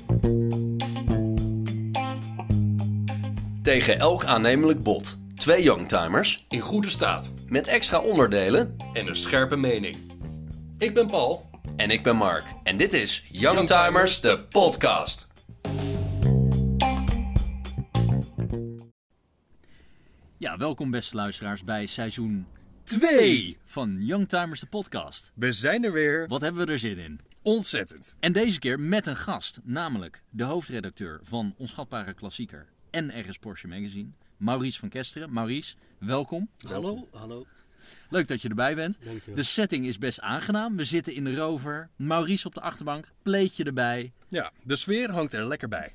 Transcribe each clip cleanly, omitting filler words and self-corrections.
Tegen elk aannemelijk bod. 2 youngtimers In goede staat met extra onderdelen. en een scherpe mening. Ik ben Paul. En ik ben Mark. En dit is Youngtimers, de podcast. Ja, welkom beste luisteraars bij seizoen 2 van Youngtimers, de podcast. We zijn er weer. Wat hebben we er zin in? Ontzettend. En deze keer met een gast, namelijk de hoofdredacteur van Onschatbare Klassieker en RS Porsche Magazine, Maurice van Kesteren. Maurice, welkom. Hallo. Leuk dat je erbij bent. Dankjewel. De setting is best aangenaam. We zitten in de Rover, Maurice op de achterbank, pleetje erbij. Ja, de sfeer hangt er lekker bij.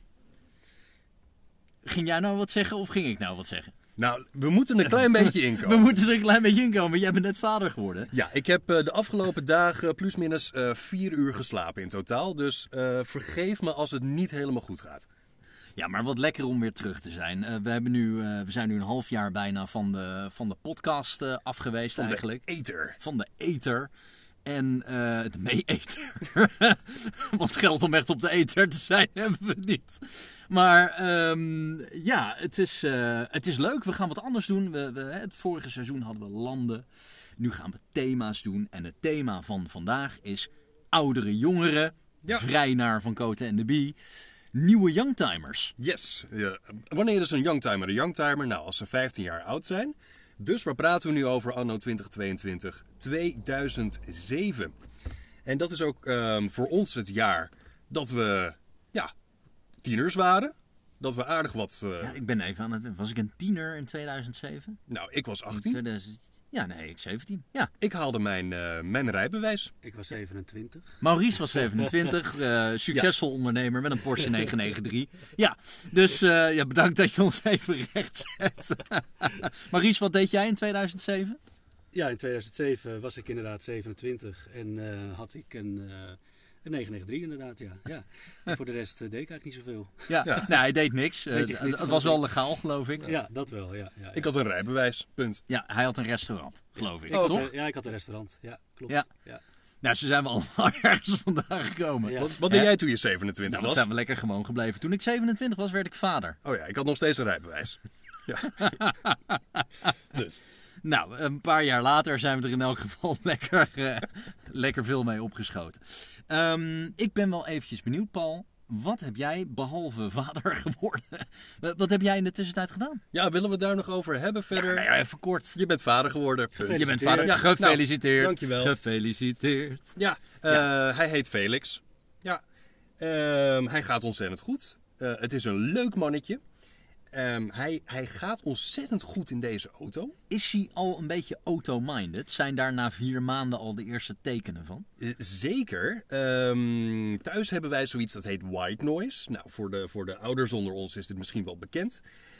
Ging jij nou wat zeggen of ging ik nou wat zeggen? Nou, we moeten een klein beetje We inkomen. moeten er een klein beetje in komen. Jij bent net vader geworden. Ja, ik heb de afgelopen dagen plusminus 4 uur geslapen in totaal. Dus vergeef me als het niet helemaal goed gaat. Ja, maar wat lekker om weer terug te zijn. We zijn nu een half jaar bijna van de podcast af geweest eigenlijk. Eter. Van de ether. En de mee-eter. Want geld om echt op de ether te zijn hebben we niet. Maar ja, het is leuk. We gaan wat anders doen. Het vorige seizoen hadden we landen. Nu gaan we thema's doen. En het thema van vandaag is oudere jongeren. Ja. Vrij naar Van Koten en de Bie. Nieuwe youngtimers. Yes. Ja. Wanneer is een youngtimer een youngtimer? Nou, als ze 15 jaar oud zijn. Dus waar praten we nu over anno 2022? 2007. En dat is ook voor ons het jaar dat we tieners waren. Dat we aardig wat... Ja, ik ben even aan het... Was ik een tiener in 2007? Nou, ik was In 18. 2000, ja, nee, ik 17. Ja. Ik haalde mijn rijbewijs. Ik was 27. Maurice was 27, succesvol ondernemer met een Porsche 993. Ja, dus bedankt dat je ons even recht zet. Maurice, wat deed jij in 2007? Ja, in 2007 was ik inderdaad 27 en had ik een 993 inderdaad, ja. En voor de rest deed ik eigenlijk niet zoveel. Ja, Ja. Nee, hij deed niks. Beetje genieten Het van was het wel legaal, geloof ik. Ja, dat wel, ja. Ik had een rijbewijs, punt. Ja, hij had een restaurant, geloof ik, Oh, toch? Ja, ik had een restaurant, ja, klopt. Ja. Ja. Nou, ze zijn we allemaal ergens vandaan gekomen. Ja. Wat deed Hè? jij toen je 27 Nou, was? wat zijn we lekker gewoon gebleven. Toen ik 27 was, werd ik vader. Oh ja, ik had nog steeds een rijbewijs. Ja. Dus. Nou, een paar jaar later zijn we er in elk geval lekker veel mee opgeschoten. Ik ben wel eventjes benieuwd, Paul. Wat heb jij, behalve vader geworden, wat heb jij in de tussentijd gedaan? Ja, willen we het daar nog over hebben verder? Nou ja, even kort. Je bent vader geworden. punt. Je bent vader. Ja, Gefeliciteerd. nou, dankjewel. Gefeliciteerd. Ja, hij heet Felix. Ja, hij gaat ontzettend goed. Het is een leuk mannetje. Hij gaat ontzettend goed in deze auto. Is hij al een beetje auto-minded? Zijn daar na 4 maanden al de eerste tekenen van? Zeker. Thuis hebben wij zoiets dat heet white noise. Nou, voor de ouders onder ons is dit misschien wel bekend.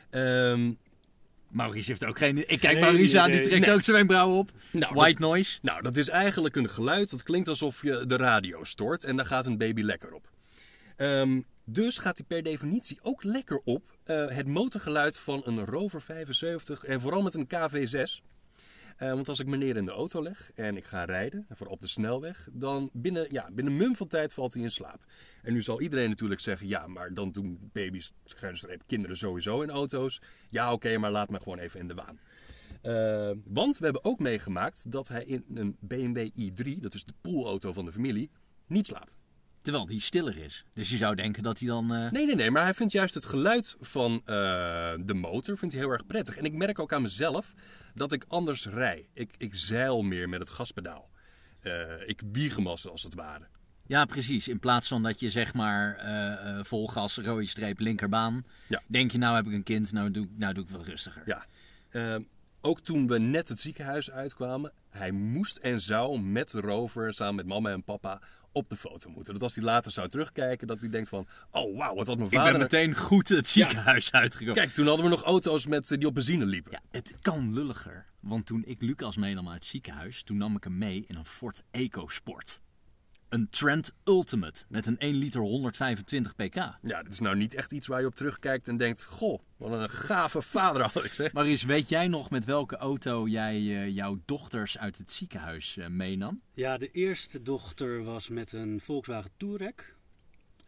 Maurice heeft ook geen... Ik kijk Geen Maurice aan, die idee. trekt ook zijn wenkbrauwen op. Nou, White noise. Nou, dat is eigenlijk een geluid dat klinkt alsof je de radio stort en daar gaat een baby lekker op. Dus gaat hij per definitie ook lekker op het motorgeluid van een Rover 75 en vooral met een KV6. Want als ik meneer in de auto leg en ik ga rijden, voor op de snelweg, dan binnen mum van tijd valt hij in slaap. En nu zal iedereen natuurlijk zeggen, ja, maar dan doen baby's, kinderen sowieso in auto's. Ja, oké, maar laat me gewoon even in de waan. Want we hebben ook meegemaakt dat hij in een BMW i3, dat is de poolauto van de familie, niet slaapt. Terwijl die stiller is. Dus je zou denken dat hij dan... Nee, maar hij vindt juist het geluid van de motor vindt hij heel erg prettig. En ik merk ook aan mezelf dat ik anders rij. Ik zeil meer met het gaspedaal. Ik wieg hem als het ware. Ja, precies. In plaats van dat je zeg maar vol gas, rode streep, linkerbaan. Ja. Denk je, nou heb ik een kind, nou doe ik wat rustiger. Ja. Ook toen we net het ziekenhuis uitkwamen, hij moest en zou met de Rover samen met mama en papa op de foto moeten. Dat als hij later zou terugkijken, dat hij denkt van, oh wauw, wat had mijn Ik vader... ben meteen goed het ziekenhuis uitgekomen. Kijk, toen hadden we nog auto's die op benzine liepen. Ja, het kan lulliger. Want toen ik Lucas meenam uit het ziekenhuis, toen nam ik hem mee in een Ford EcoSport. Een Trent Ultimate met een 1 liter 125 pk. Ja, dit is nou niet echt iets waar je op terugkijkt en denkt, goh, wat een gave vader had ik zeg. Maurice, weet jij nog met welke auto jij jouw dochters uit het ziekenhuis meenam? Ja, de eerste dochter was met een Volkswagen Touareg.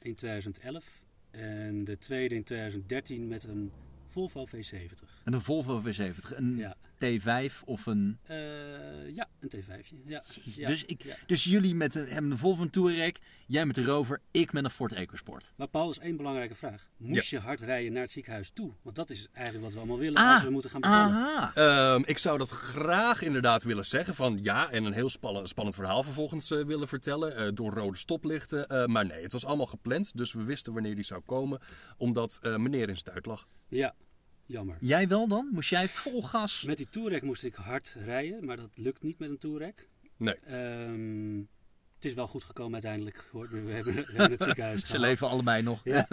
in 2011. En de tweede in 2013 met een Volvo V70. En een Volvo V70. Een Ja. T5 of een... Ja, een T5'tje. Ja. Ja. Dus jullie hebben een Volvo Touareg, jij met de Rover, ik met een Ford EcoSport. Maar Paul, is één belangrijke vraag. Moest je hard rijden naar het ziekenhuis toe? Want dat is eigenlijk wat we allemaal willen als we moeten gaan bevallen. Aha. Ik zou dat graag inderdaad willen zeggen van ja, en een heel spannend verhaal vervolgens willen vertellen door rode stoplichten. Maar nee, het was allemaal gepland, dus we wisten wanneer die zou komen, omdat meneer in stuit lag. Ja, jammer. Jij wel dan? Moest jij vol gas? Met die Touareg moest ik hard rijden, maar dat lukt niet met een Touareg. Nee. Het is wel goed gekomen uiteindelijk, hoor. We hebben het ziekenhuis Ze gehaald. leven allebei nog. Ja.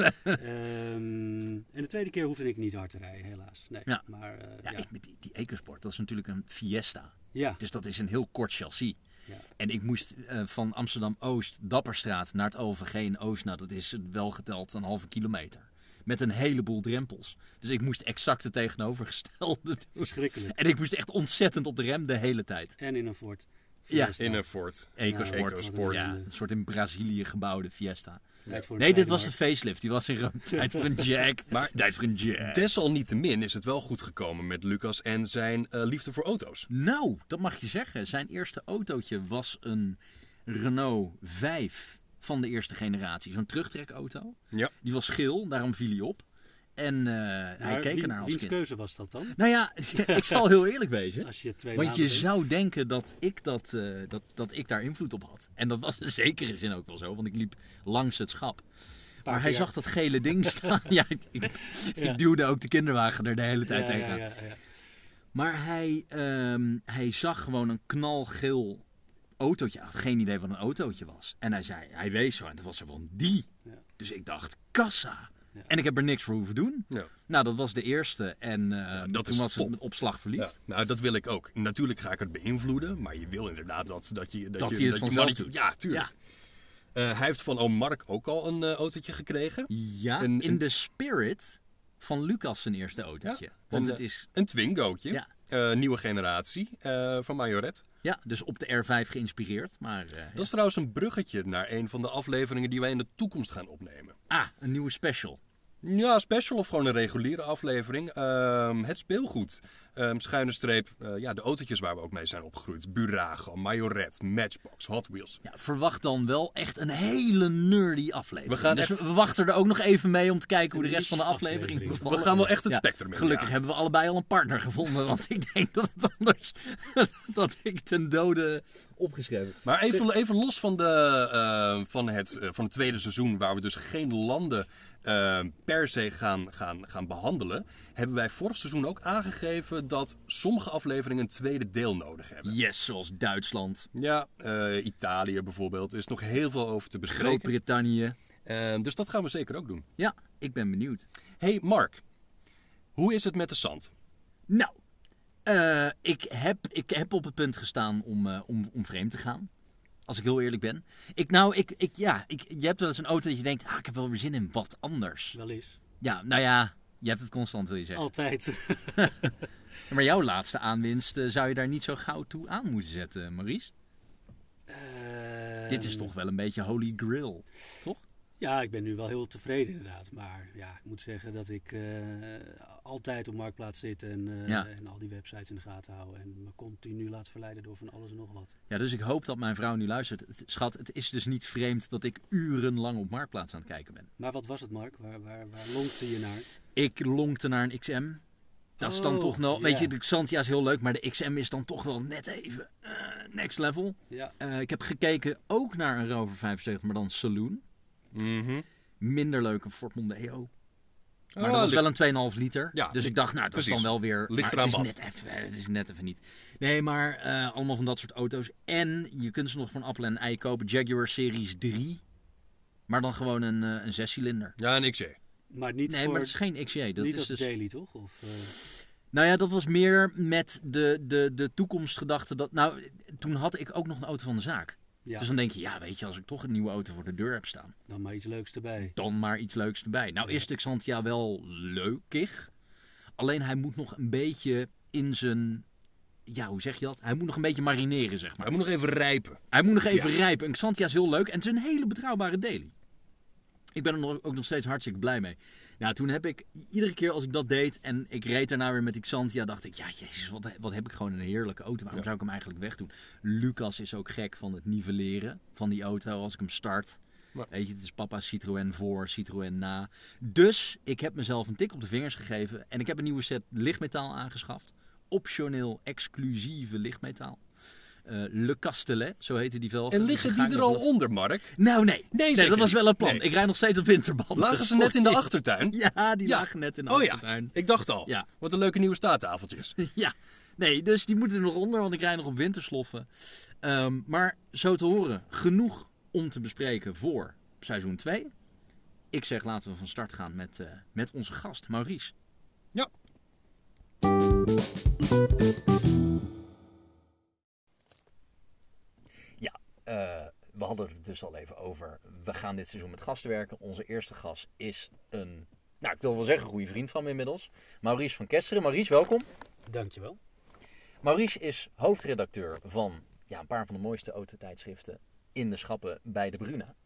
En de tweede keer hoefde ik niet hard te rijden, helaas. Nee. Ja. Maar, Die EcoSport, dat is natuurlijk een Fiesta. Ja. Dus dat is een heel kort chassis. Ja. En ik moest van Amsterdam-Oost, Dapperstraat, naar het OVG in Oost. Nou, dat is wel geteld een halve kilometer. Met een heleboel drempels. Dus ik moest exact het tegenovergestelde doen. Verschrikkelijk. En ik moest echt ontzettend op de rem de hele tijd. En in een Ford. Ja, Fiesta. In een Ford. EcoSport. EcoSport. Ja, een soort in Brazilië gebouwde Fiesta. Tijd voor een Nee, dit kleine was de markt. facelift. Die was in Rome. Tijd voor een jack. Maar tijd voor een jack. Desalniettemin is het wel goed gekomen met Lucas en zijn liefde voor auto's. Nou, dat mag je zeggen. Zijn eerste autootje was een Renault 5 van de eerste generatie. Zo'n terugtrekauto. Ja. Die was geel, daarom viel hij op. En hij Maar keek ernaar als wiens kind. keuze was dat dan? Nou ja, ik zal heel eerlijk wezen. Als je twee Want je namen denkt. zou denken dat ik daar invloed op had. En dat was in zekere zin ook wel zo, want ik liep langs het schap. Maar hij keer. zag dat gele ding staan. Ja, ik duwde ook de kinderwagen er de hele tijd tegenaan. Ja. Maar hij zag gewoon een knalgeel autootje. Hij had geen idee wat een autootje was. En hij wees zo en dat was er van die. Ja. Dus ik dacht, kassa. Ja. En ik heb er niks voor hoeven doen. Ja. Nou, dat was de eerste. En dat toen is was top. het met opslag verliefd. Ja, nou, dat wil ik ook. Natuurlijk ga ik het beïnvloeden, maar je wil inderdaad dat je het vanzelf mannetje- doet. Ja, tuurlijk. Hij heeft van oom Mark ook al een autootje gekregen. Ja, Een- in de spirit van Lucas zijn eerste autootje. Ja, Want een, het is... Een Twingootje. Ja. Nieuwe generatie van Majoret. Ja, dus op de R5 geïnspireerd. Maar Dat is trouwens een bruggetje naar een van de afleveringen die wij in de toekomst gaan opnemen. een nieuwe special. Ja, special of gewoon een reguliere aflevering. Het speelgoed. Schuine streep. De autootjes waar we ook mee zijn opgegroeid. Burago, Majoret, Matchbox, Hot Wheels. Ja, verwacht dan wel echt een hele nerdy aflevering. We gaan dus echt- we wachten er ook nog even mee om te kijken hoe de Een rest van de aflevering niche-aflevering. bevalt. We gaan wel echt het Ja, spectrum in. Gelukkig ja. hebben we allebei al een partner gevonden. Want ik denk dat het anders... dat ik ten dode opgeschreven. Maar even los van, van het tweede seizoen, waar we dus geen landen per se gaan behandelen, hebben wij vorig seizoen ook aangegeven dat sommige afleveringen een tweede deel nodig hebben. Yes, zoals Duitsland, Ja, Italië bijvoorbeeld. Er is nog heel veel over te bespreken. Groot-Brittannië. Dus dat gaan we zeker ook doen. Ja, ik ben benieuwd. Hey Mark, hoe is het met de zand? Nou, ik heb op het punt gestaan om vreemd te gaan. Als ik heel eerlijk ben. Je hebt wel eens een auto dat je denkt, ik heb wel weer zin in wat anders. Wel eens. Ja, nou ja, je hebt het constant, wil je zeggen. Altijd. Maar jouw laatste aanwinst zou je daar niet zo gauw toe aan moeten zetten, Maurice. Dit is toch wel een beetje holy grail, toch? Ja, ik ben nu wel heel tevreden inderdaad. Maar ja, ik moet zeggen dat ik altijd op Marktplaats zit en al die websites in de gaten hou. En me continu laat verleiden door van alles en nog wat. Ja, dus ik hoop dat mijn vrouw nu luistert. Schat, het is dus niet vreemd dat ik urenlang op Marktplaats aan het kijken ben. Maar wat was het, Mark? Waar lonkte je naar? Ik lonkte naar een XM. Dat is dan toch nog... ja. Weet je, de Xantia is heel leuk, maar de XM is dan toch wel net even next level. Ja. Ik heb gekeken ook naar een Rover 75, maar dan Saloon. Mhm. Minder leuk een Ford Mondeo. Maar Oh, dat was ligt- wel een 2,5 liter. Ja, dus ik dacht, nou, dat is precies. dan wel weer... Ligt maar eraan het is net even niet. Nee, maar allemaal van dat soort auto's. En je kunt ze nog van Appel en Ei kopen. Jaguar Series 3. Maar dan gewoon een 6-cilinder. Ja, een XJ. Maar niet Nee, voor... maar het is geen XJ. Dat niet is als dus... daily, toch? Of, Nou ja, dat was meer met de toekomstgedachte. Toen had ik ook nog een auto van de zaak. ja, Dus dan denk je, ja, weet je, als ik toch een nieuwe auto voor de deur heb staan, dan maar iets leuks erbij. dan maar iets leuks erbij. Nou is de Xantia wel leukig. Alleen hij moet nog een beetje in zijn... Ja, hoe zeg je dat? Hij moet nog een beetje marineren, zeg maar. Hij moet nog even rijpen. Hij moet nog even rijpen. Een Xantia is heel leuk en het is een hele betrouwbare daily. Ik ben er ook nog steeds hartstikke blij mee. Nou, toen heb ik iedere keer als ik dat deed en ik reed daarna weer met die Xantia, dacht ik, ja jezus, wat heb ik gewoon een heerlijke auto. Waarom zou ik hem eigenlijk wegdoen? Lucas is ook gek van het nivelleren van die auto als ik hem start. Ja. Weet je, het is papa Citroën voor, Citroën na. Dus ik heb mezelf een tik op de vingers gegeven en ik heb een nieuwe set lichtmetaal aangeschaft. Optioneel exclusieve lichtmetaal. Le Castellet, zo heette die velgen. En liggen die er al onder, Mark? Nou, nee, zeker dat was niet. wel een plan. Nee. Ik rijd nog steeds op winterbanden. Lagen ze net in de achtertuin? Ja, die lagen net in de achtertuin. Ik dacht al. Ja. Wat een leuke nieuwe staattafeltjes. Ja, nee, dus die moeten er nog onder, want ik rijd nog op wintersloffen. Maar zo te horen, genoeg om te bespreken voor seizoen 2. Ik zeg, laten we van start gaan met onze gast, Maurice. Ja. We hadden het dus al even over. We gaan dit seizoen met gasten werken. Onze eerste gast is een, ik wil wel zeggen, een goede vriend van me inmiddels. Maurice van Kesteren. Maurice, welkom. Dankjewel. Maurice is hoofdredacteur van een paar van de mooiste autotijdschriften in de schappen bij de Bruna.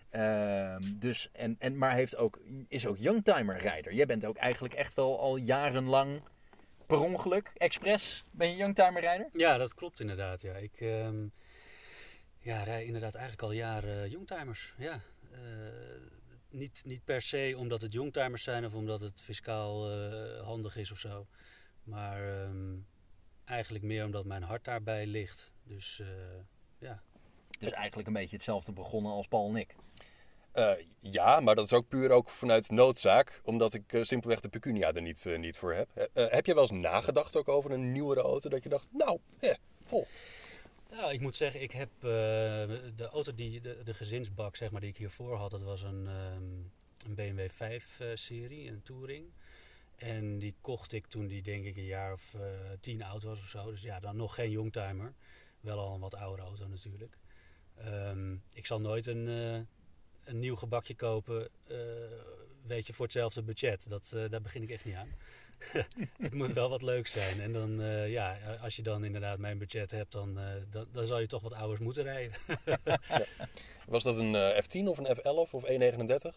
Maar is ook youngtimer-rijder. Jij bent ook eigenlijk echt wel al jarenlang per ongeluk, expres, ben je youngtimer-rijder? Ja, dat klopt inderdaad. Ja. Ik rij inderdaad eigenlijk al jaren youngtimers. Ja. Niet per se omdat het youngtimers zijn of omdat het fiscaal handig is of zo. Maar eigenlijk meer omdat mijn hart daarbij ligt. Dus ja. Dus eigenlijk een beetje hetzelfde begonnen als Paul en ik. Ja, maar dat is ook puur vanuit noodzaak. Omdat ik simpelweg de pecunia er niet voor heb. Heb je wel eens nagedacht ook over een nieuwere auto? Dat je dacht, vol. Nou, ik moet zeggen, ik heb de auto de gezinsbak zeg maar, die ik hiervoor had. Dat was een BMW 5-serie, een Touring. En die kocht ik toen die denk ik een jaar of 10 oud was of zo. Dus ja, dan nog geen youngtimer. Wel al een wat oudere auto natuurlijk. Ik zal nooit een nieuw gebakje kopen, weet je, voor hetzelfde budget. Daar begin ik echt niet aan. Het moet wel wat leuks zijn. En dan, als je dan inderdaad mijn budget hebt, dan zal je toch wat ouders moeten rijden. Was dat een F10 of een F11 of E39?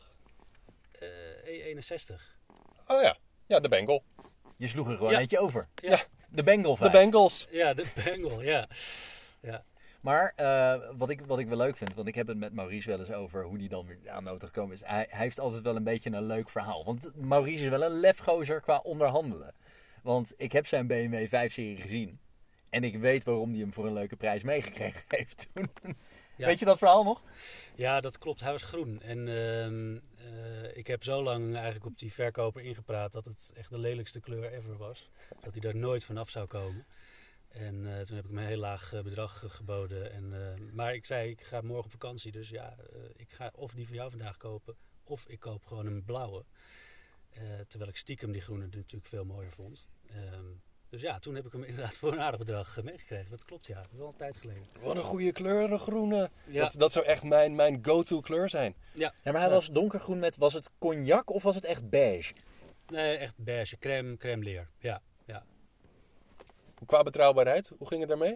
E61. Oh ja, de Bengal. Je sloeg er gewoon eentje over. Ja. De Bengal 5. De Bengals. Ja, de Bengal, ja. Maar wat ik wel leuk vind, want ik heb het met Maurice wel eens over hoe die dan weer aan de auto gekomen is. Hij heeft altijd wel een beetje een leuk verhaal. Want Maurice is wel een lefgozer qua onderhandelen. Want ik heb zijn BMW 5-serie gezien. En ik weet waarom hij hem voor een leuke prijs meegekregen heeft toen. Ja. Weet je dat verhaal nog? Ja, dat klopt. Hij was groen. En ik heb zo lang eigenlijk op die verkoper ingepraat dat het echt de lelijkste kleur ever was. Dat hij daar nooit vanaf zou komen. En toen heb ik hem een heel laag bedrag geboden. Maar ik zei, ik ga morgen op vakantie. Dus ja, ik ga of die voor jou vandaag kopen. Of ik koop gewoon een blauwe. Terwijl ik stiekem die groene natuurlijk veel mooier vond. Dus ja, toen heb ik hem inderdaad voor een aardig bedrag meegekregen. Dat klopt, ja. Wel een tijd geleden. Wat een goede kleur, de groene. Ja. Dat zou echt mijn go-to kleur zijn. Ja, maar hij was donkergroen met, was het cognac of was het echt beige? Nee, echt beige. Crème leer. Ja. Qua betrouwbaarheid, hoe ging het daarmee?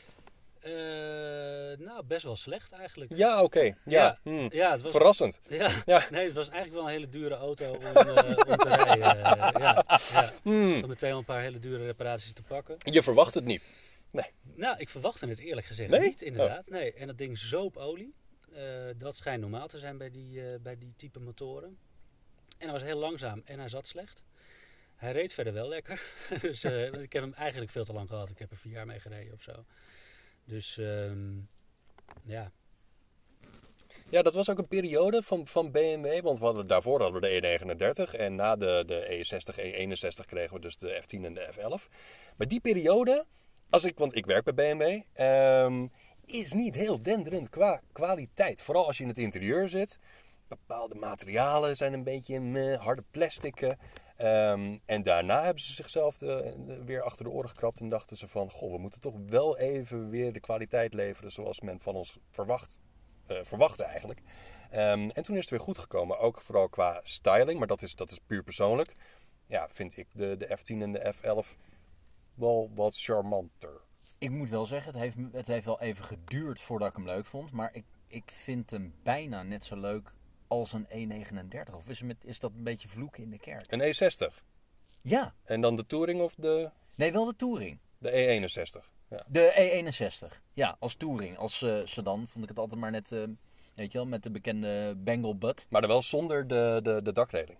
Best wel slecht eigenlijk. Ja, oké. Ja. Ja, het was, verrassend. Ja. Nee, het was eigenlijk wel een hele dure auto om te rijden. Om meteen al een paar hele dure reparaties te pakken. Je verwacht het niet. Nee. Nou, ik verwachtte het eerlijk gezegd Nee? niet, inderdaad. Nee. En dat ding zoop olie. Dat schijnt normaal te zijn bij die type motoren. En hij was heel langzaam en hij zat slecht. Hij reed verder wel lekker. Dus ik heb hem eigenlijk veel te lang gehad. Ik heb er 4 jaar mee gereden of zo. Dus ja. Ja, dat was ook een periode van BMW. Want daarvoor hadden we de E39. En na de E60, E61 kregen we dus de F10 en de F11. Maar die periode, want ik werk bij BMW, is niet heel denderend qua kwaliteit. Vooral als je in het interieur zit. Bepaalde materialen zijn een beetje harde plastieken. En daarna hebben ze zichzelf weer achter de oren gekrapt en dachten ze van, we moeten toch wel even weer de kwaliteit leveren zoals men van ons verwachtte eigenlijk. En toen is het weer goed gekomen, ook vooral qua styling, maar dat is puur persoonlijk. Ja, vind ik de F10 en de F11 wel wat charmanter. Ik moet wel zeggen, het heeft wel even geduurd voordat ik hem leuk vond, maar ik vind hem bijna net zo leuk als een E39? Of is dat een beetje vloeken in de kerk? Een E60. Ja. En dan de Touring of Nee, wel de Touring. de E61? Ja. De E61. Ja, als Touring. Als sedan vond ik het altijd maar net, weet je wel, met de bekende Bengal butt. Maar dan wel zonder de dakreling.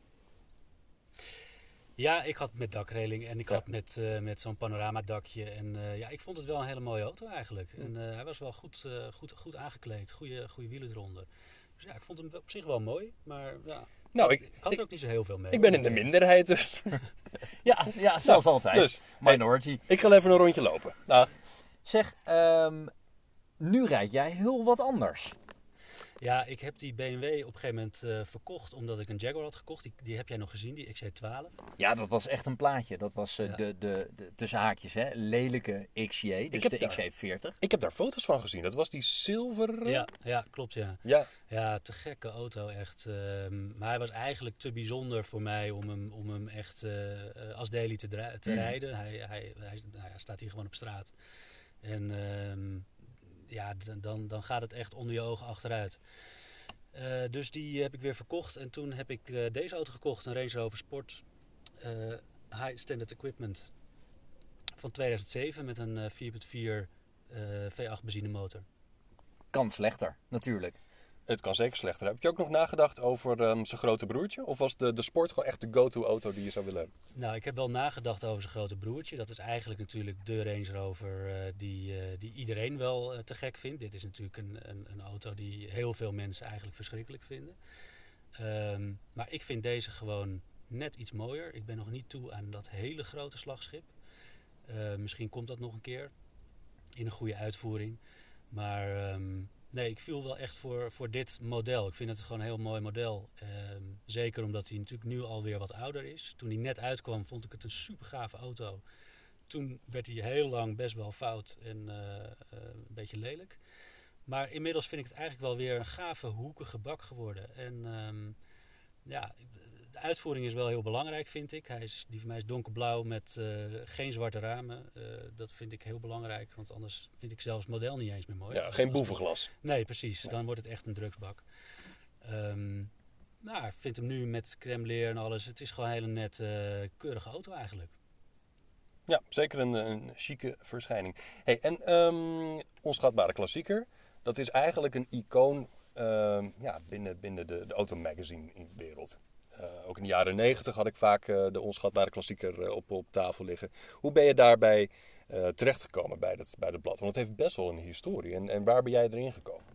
Ja, ik had met dakreling en ik had met zo'n panoramadakje. En ik vond het wel een hele mooie auto eigenlijk. En hij was wel goed aangekleed. Goede wielen eronder. Dus ja, ik vond hem op zich wel mooi. Maar ja, Nou, ik had er ook niet zo heel veel mee. Ik ben in de minderheid, dus Ja, zoals altijd. dus, Minority. ik ga even een rondje lopen. Nou, Zeg, nu rijd jij heel wat anders. Ja, ik heb die BMW op een gegeven moment verkocht omdat ik een Jaguar had gekocht. Die heb jij nog gezien, die XJ12. Ja, dat was echt een plaatje. Dat was Ja. de tussen haakjes, hè, lelijke XJ, dus heb de daar- XJ40. ik heb daar foto's van gezien. Dat was die zilveren... Ja, klopt ja. Ja. Ja, te gekke auto echt. Maar hij was eigenlijk te bijzonder voor mij om hem echt als daily te rijden. Hij staat hier gewoon op straat. En dan gaat het echt onder je ogen achteruit. Dus die heb ik weer verkocht. En toen heb ik deze auto gekocht, een Range Rover Sport High Standard Equipment van 2007 met een 4.4 V8 benzinemotor. Kan slechter, natuurlijk. Het kan zeker slechter. Heb je ook nog nagedacht over zijn grote broertje? Of was de Sport gewoon echt de go-to auto die je zou willen hebben? Nou, ik heb wel nagedacht over zijn grote broertje. Dat is eigenlijk natuurlijk de Range Rover die iedereen wel te gek vindt. Dit is natuurlijk een auto die heel veel mensen eigenlijk verschrikkelijk vinden. Maar ik vind deze gewoon net iets mooier. Ik ben nog niet toe aan dat hele grote slagschip. Misschien komt dat nog een keer in een goede uitvoering. Maar nee, ik viel wel echt voor dit model. Ik vind het gewoon een heel mooi model. Zeker omdat hij natuurlijk nu alweer wat ouder is. Toen hij net uitkwam vond ik het een super gave auto. Toen werd hij heel lang best wel fout en een beetje lelijk. Maar inmiddels vind ik het eigenlijk wel weer een gave hoekige bak geworden. En de uitvoering is wel heel belangrijk, vind ik. Die van mij is donkerblauw met geen zwarte ramen. Dat vind ik heel belangrijk, want anders vind ik zelfs het model niet eens meer mooi. Ja, geen boevenglas. Nee, precies. Dan wordt het echt een drugsbak. Ik vind hem nu met crème leer en alles. Het is gewoon een hele nette, keurige auto eigenlijk. Ja, zeker een chique verschijning. Hey, en onschatbare klassieker. Dat is eigenlijk een icoon binnen de automagazine in de wereld. Ook in de jaren 90 had ik vaak de onschatbare klassieker op tafel liggen. Hoe ben je daarbij terechtgekomen bij het blad? Want het heeft best wel een historie. En waar ben jij erin gekomen?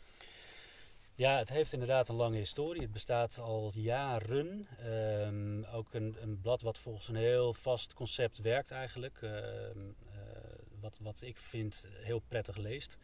Ja, het heeft inderdaad een lange historie. Het bestaat al jaren. Ook een blad wat volgens een heel vast concept werkt eigenlijk. Wat ik vind heel prettig leest.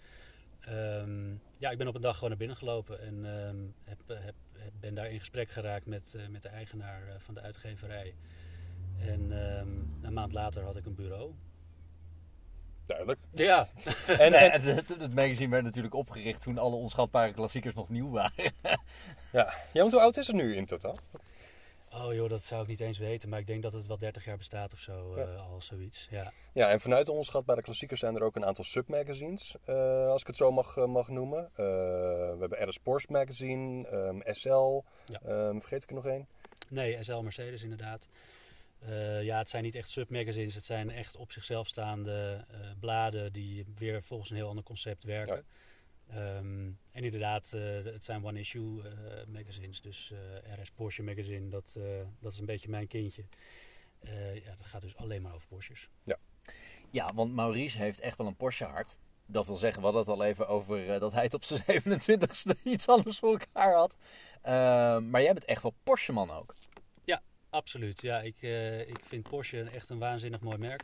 Ik ben op een dag gewoon naar binnen gelopen en ben daar in gesprek geraakt met de eigenaar van de uitgeverij. En een maand later had ik een bureau. Duidelijk. Ja. Het magazine werd natuurlijk opgericht toen alle onschatbare klassiekers nog nieuw waren. Ja, want hoe oud is het nu in totaal? Oh joh, dat zou ik niet eens weten. Maar ik denk dat het wel 30 jaar bestaat of zo, al zoiets. Ja. Ja, en vanuit de onschatbare klassiekers zijn er ook een aantal submagazines, als ik het zo mag noemen. We hebben RS Porsche Magazine, SL, vergeet ik er nog één? Nee, SL Mercedes inderdaad. Het zijn niet echt submagazines. Het zijn echt op zichzelf staande bladen die weer volgens een heel ander concept werken. Ja. En inderdaad, het zijn one-issue magazines. Dus RS Porsche Magazine, dat is een beetje mijn kindje. Dat gaat dus alleen maar over Porsches. Ja, want Maurice heeft echt wel een Porsche hart. Dat wil zeggen, we hadden het al even over dat hij het op zijn 27e iets anders voor elkaar had. Maar jij bent echt wel Porsche-man ook. Ja, absoluut. Ja, ik vind Porsche echt een waanzinnig mooi merk.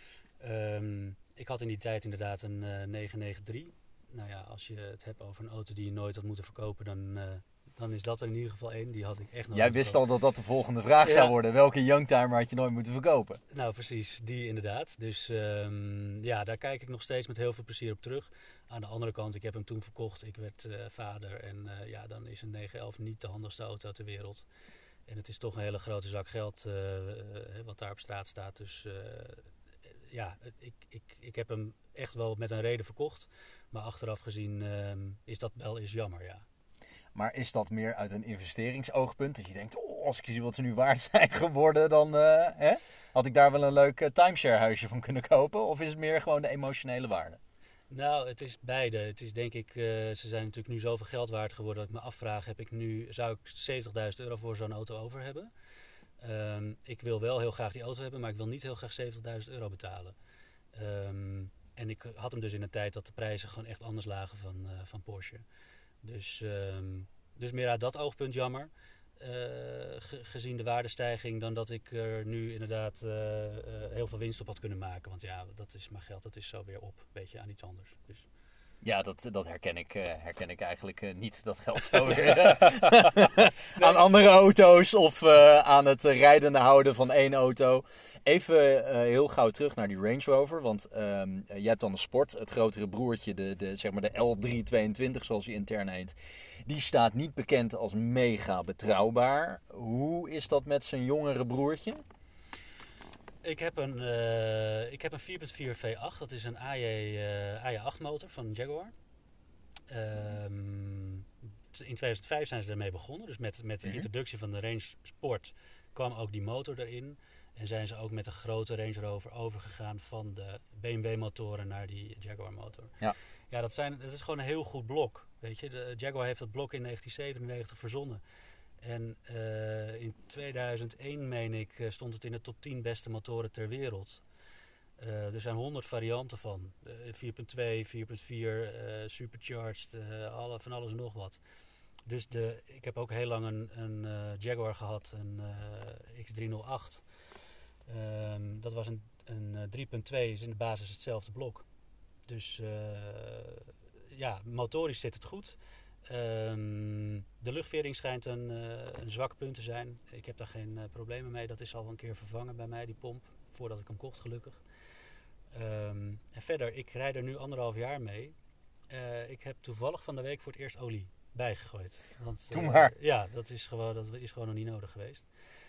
Ik had in die tijd inderdaad een 993. Nou ja, als je het hebt over een auto die je nooit had moeten verkopen, dan is dat er in ieder geval één. Die had ik echt nog. Jij wist al dat dat de volgende vraag zou worden. Welke youngtimer had je nooit moeten verkopen? Nou, precies. Die inderdaad. Dus daar kijk ik nog steeds met heel veel plezier op terug. Aan de andere kant, ik heb hem toen verkocht. Ik werd vader. En dan is een 911 niet de handigste auto ter wereld. En het is toch een hele grote zak geld wat daar op straat staat. Dus ik heb hem echt wel met een reden verkocht. Maar achteraf gezien is dat wel eens jammer, ja. Maar is dat meer uit een investeringsoogpunt? Dat je denkt, als ik zie wat ze nu waard zijn geworden, dan had ik daar wel een leuk timeshare huisje van kunnen kopen? Of is het meer gewoon de emotionele waarde? Nou, het is beide. Het is denk ik, ze zijn natuurlijk nu zoveel geld waard geworden dat ik me afvraag, zou ik €70.000 voor zo'n auto over hebben? Ik wil wel heel graag die auto hebben, maar ik wil niet heel graag €70.000 betalen. En ik had hem dus in een tijd dat de prijzen gewoon echt anders lagen van Porsche. Dus meer uit dat oogpunt jammer. Gezien de waardestijging, dan dat ik er nu inderdaad heel veel winst op had kunnen maken. Want ja, dat is maar geld, dat is zo weer op. Beetje aan iets anders. Dus. Ja, dat herken ik eigenlijk niet. Dat geldt zo weer aan andere auto's of aan het rijden en houden van één auto. Even heel gauw terug naar die Range Rover. Want je hebt dan de Sport, het grotere broertje, de L322 zoals hij intern heet. Die staat niet bekend als mega betrouwbaar. Hoe is dat met zijn jongere broertje? Ik heb een 4.4 V8, dat is een AJ8 motor van Jaguar. In 2005 zijn ze daarmee begonnen. Dus met de introductie van de Range Sport kwam ook die motor erin. En zijn ze ook met een grote Range Rover overgegaan van de BMW motoren naar die Jaguar motor. Ja, dat is gewoon een heel goed blok. Weet je? De Jaguar heeft dat blok in 1997 verzonnen. En in 2001, meen ik, stond het in de top 10 beste motoren ter wereld. Er zijn 100 varianten van. 4.2, 4.4, supercharged, van alles en nog wat. Dus ik heb ook heel lang een Jaguar gehad, een X308. Dat was een 3.2, is in de basis hetzelfde blok. Dus motorisch zit het goed. De luchtvering schijnt een zwak punt te zijn. Ik heb daar geen problemen mee. Dat is al een keer vervangen bij mij, die pomp. Voordat ik hem kocht, gelukkig. En verder, ik rijd er nu 1,5 jaar mee. Ik heb toevallig van de week voor het eerst olie bijgegooid. Want, Doe maar. Ja, dat is gewoon nog niet nodig geweest.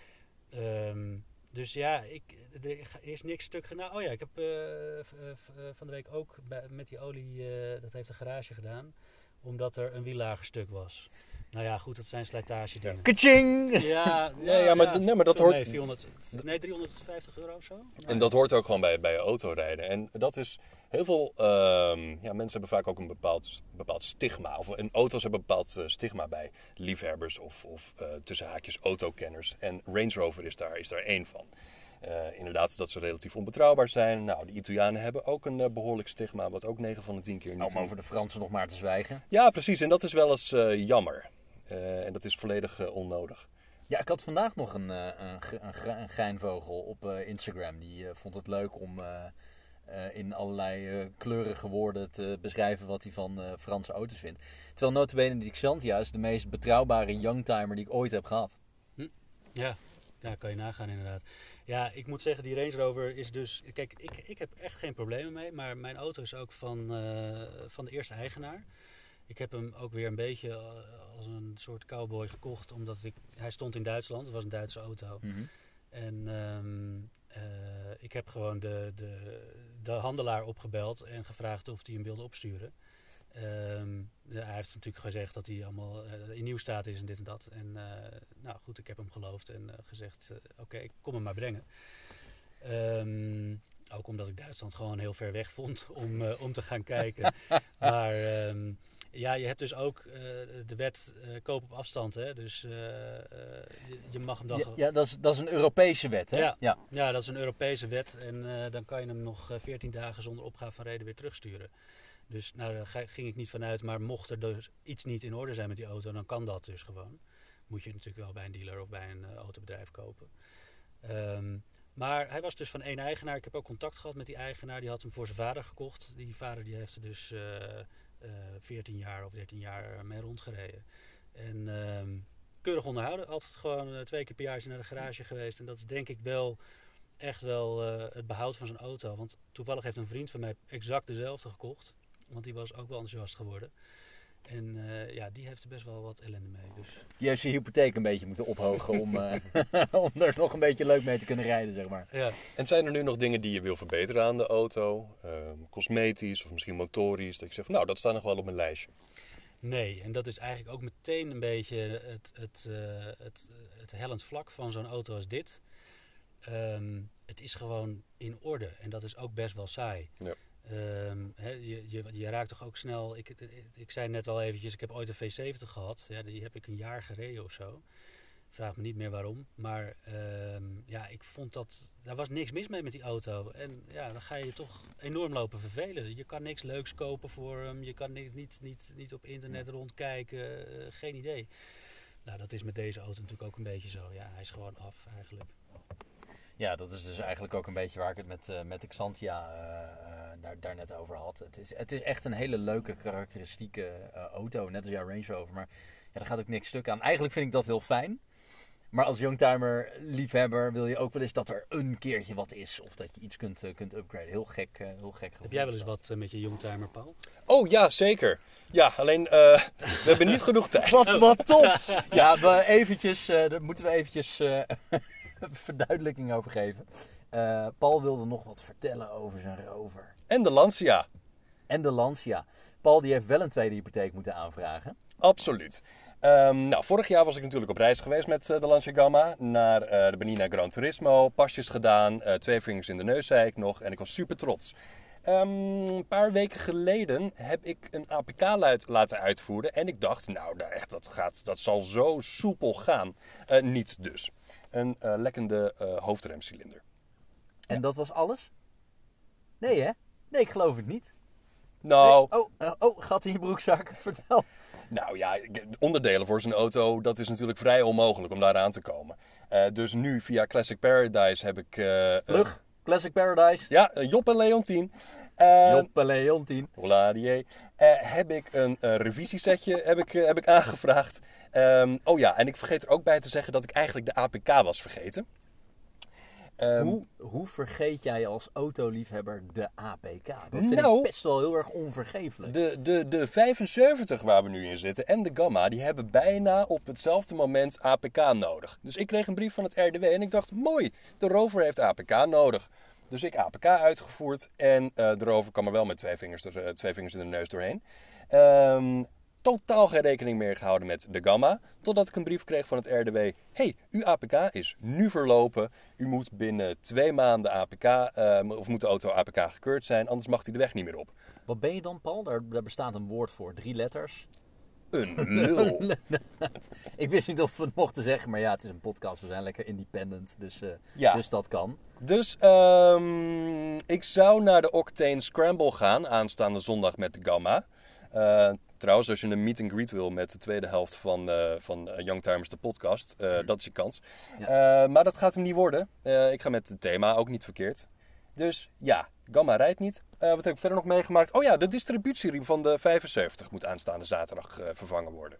Dus ja, er is niks stuk gedaan. Oh ja, ik heb van de week ook met die olie, dat heeft de garage gedaan. Omdat er een wiellager stuk was. Nou ja, goed, dat zijn slijtagedingen. Ja. Kaching! Maar dat hoort... Nee, €350 of zo. En dat hoort ook gewoon bij autorijden. En dat is... Heel veel mensen hebben vaak ook een bepaald stigma. En auto's hebben een bepaald stigma bij liefhebbers of tussen haakjes autokenners. En Range Rover is daar één van. Inderdaad dat ze relatief onbetrouwbaar zijn. Nou, de Italianen hebben ook een behoorlijk stigma, wat ook 9 van de 10 keer niet... Om over de Fransen nog maar te zwijgen. Ja, precies. En dat is wel eens jammer. En dat is volledig onnodig. Ja, ik had vandaag nog een geinvogel op Instagram. Die vond het leuk om in allerlei kleurige woorden te beschrijven wat hij van Franse auto's vindt. Terwijl nota bene die Xantia is de meest betrouwbare youngtimer die ik ooit heb gehad. Ja, kan je nagaan inderdaad. Ja, ik moet zeggen, die Range Rover is dus... Kijk, ik heb echt geen problemen mee, maar mijn auto is ook van de eerste eigenaar. Ik heb hem ook weer een beetje als een soort cowboy gekocht, omdat hij stond in Duitsland. Het was een Duitse auto. Mm-hmm. En ik heb gewoon de handelaar opgebeld en gevraagd of hij hem wilde opsturen. Hij heeft natuurlijk gezegd dat hij allemaal in nieuw staat is en dit en dat. En nou goed, ik heb hem geloofd en gezegd, oké, ik kom hem maar brengen. Ook omdat ik Duitsland gewoon heel ver weg vond om te gaan kijken. Maar ja, je hebt dus ook de wet koop op afstand. Hè? Dus je mag hem dan... Ja, dat is een Europese wet, hè? Ja, dat is een Europese wet. En dan kan je hem nog 14 dagen zonder opgave van reden weer terugsturen. Dus nou, daar ging ik niet vanuit. Maar mocht er dus iets niet in orde zijn met die auto, dan kan dat dus gewoon. Moet je natuurlijk wel bij een dealer of bij een autobedrijf kopen. Maar hij was dus van één eigenaar. Ik heb ook contact gehad met die eigenaar. Die had hem voor zijn vader gekocht. Die vader die heeft er dus 14 jaar of 13 jaar mee rondgereden. En keurig onderhouden. Altijd gewoon 2 keer per jaar naar de garage geweest. En dat is denk ik wel echt wel het behoud van zijn auto. Want toevallig heeft een vriend van mij exact dezelfde gekocht. Want die was ook wel enthousiast geworden. En ja, die heeft er best wel wat ellende mee. Dus. Die heeft zijn hypotheek een beetje moeten ophogen om er nog een beetje leuk mee te kunnen rijden, zeg maar. Ja. En zijn er nu nog dingen die je wil verbeteren aan de auto? Cosmetisch of misschien motorisch? Dat je zegt, nou, dat staat nog wel op mijn lijstje. Nee, en dat is eigenlijk ook meteen een beetje het hellend vlak van zo'n auto als dit. Het is gewoon in orde en dat is ook best wel saai. Ja. Je raakt toch ook snel... Ik zei net al eventjes, ik heb ooit een V70 gehad. Ja, die heb ik een jaar gereden of zo. Vraag me niet meer waarom. Maar ik vond dat... Daar was niks mis mee met die auto. En ja, dan ga je toch enorm lopen vervelen. Je kan niks leuks kopen voor hem. Je kan niet op internet rondkijken. Geen idee. Nou, dat is met deze auto natuurlijk ook een beetje zo. Ja, hij is gewoon af eigenlijk. Ja, dat is dus eigenlijk ook een beetje waar ik het met de Xantia daar net over had. Het is echt een hele leuke, karakteristieke auto. Net als jouw Range Rover. Maar ja, daar gaat ook niks stuk aan. Eigenlijk vind ik dat heel fijn. Maar als youngtimer liefhebber wil je ook wel eens dat er een keertje wat is. Of dat je iets kunt upgraden. Heel gek. Heb jij wel eens wat met je youngtimer, Paul? Oh ja, zeker. Ja, alleen we hebben niet genoeg tijd. Wat top! Ja, daar moeten we eventjes verduidelijking over geven. Paul wilde nog wat vertellen over zijn Rover. En de Lancia. En de Lancia. Paul die heeft wel een tweede hypotheek moeten aanvragen. Absoluut. Vorig jaar was ik natuurlijk op reis geweest met de Lancia Gamma naar de Benina Gran Turismo. Pasjes gedaan, 2 vingers in de neus zei ik nog en ik was super trots. Een paar weken geleden heb ik een APK-luid laten uitvoeren en ik dacht, dat zal zo soepel gaan. Niet dus. Een lekkende hoofdremcilinder. En dat was alles? Nee hè? Nee, ik geloof het niet. Nou... Nee. Gat in je broekzak. Vertel. Nou ja, onderdelen voor zijn auto, dat is natuurlijk vrij onmogelijk om daar aan te komen. Dus nu via Classic Paradise heb ik... Plug, Classic Paradise. Ja, Joppe Leontien. Joppe Leontien. Hola, die. Heb ik een revisiesetje heb ik aangevraagd. En ik vergeet er ook bij te zeggen dat ik eigenlijk de APK was vergeten. Hoe vergeet jij als autoliefhebber de APK? Dat vind ik best wel heel erg onvergeeflijk. De 75 waar we nu in zitten en de Gamma, die hebben bijna op hetzelfde moment APK nodig. Dus ik kreeg een brief van het RDW en ik dacht, mooi, de Rover heeft APK nodig. Dus ik APK uitgevoerd en de Rover kwam er wel met 2 vingers in de neus doorheen. Totaal geen rekening meer gehouden met de Gamma. Totdat ik een brief kreeg van het RDW. Hey, uw APK is nu verlopen. U moet binnen 2 maanden of moet de auto APK gekeurd zijn. Anders mag hij de weg niet meer op. Wat ben je dan, Paul? Daar bestaat een woord voor. 3 letters. Een lul. Ik wist niet of we het mochten zeggen. Maar ja, het is een podcast. We zijn lekker independent. Dus dat kan. Dus ik zou naar de Octane Scramble gaan. Aanstaande zondag met de Gamma. Trouwens, als je een meet and greet wil met de tweede helft van Youngtimers, de podcast, dat is je kans. Ja. Maar dat gaat hem niet worden. Ik ga met het thema ook niet verkeerd. Dus ja, Gamma rijdt niet. Wat heb ik verder nog meegemaakt? Oh ja, de distributieriem van de 75 moet aanstaande zaterdag vervangen worden.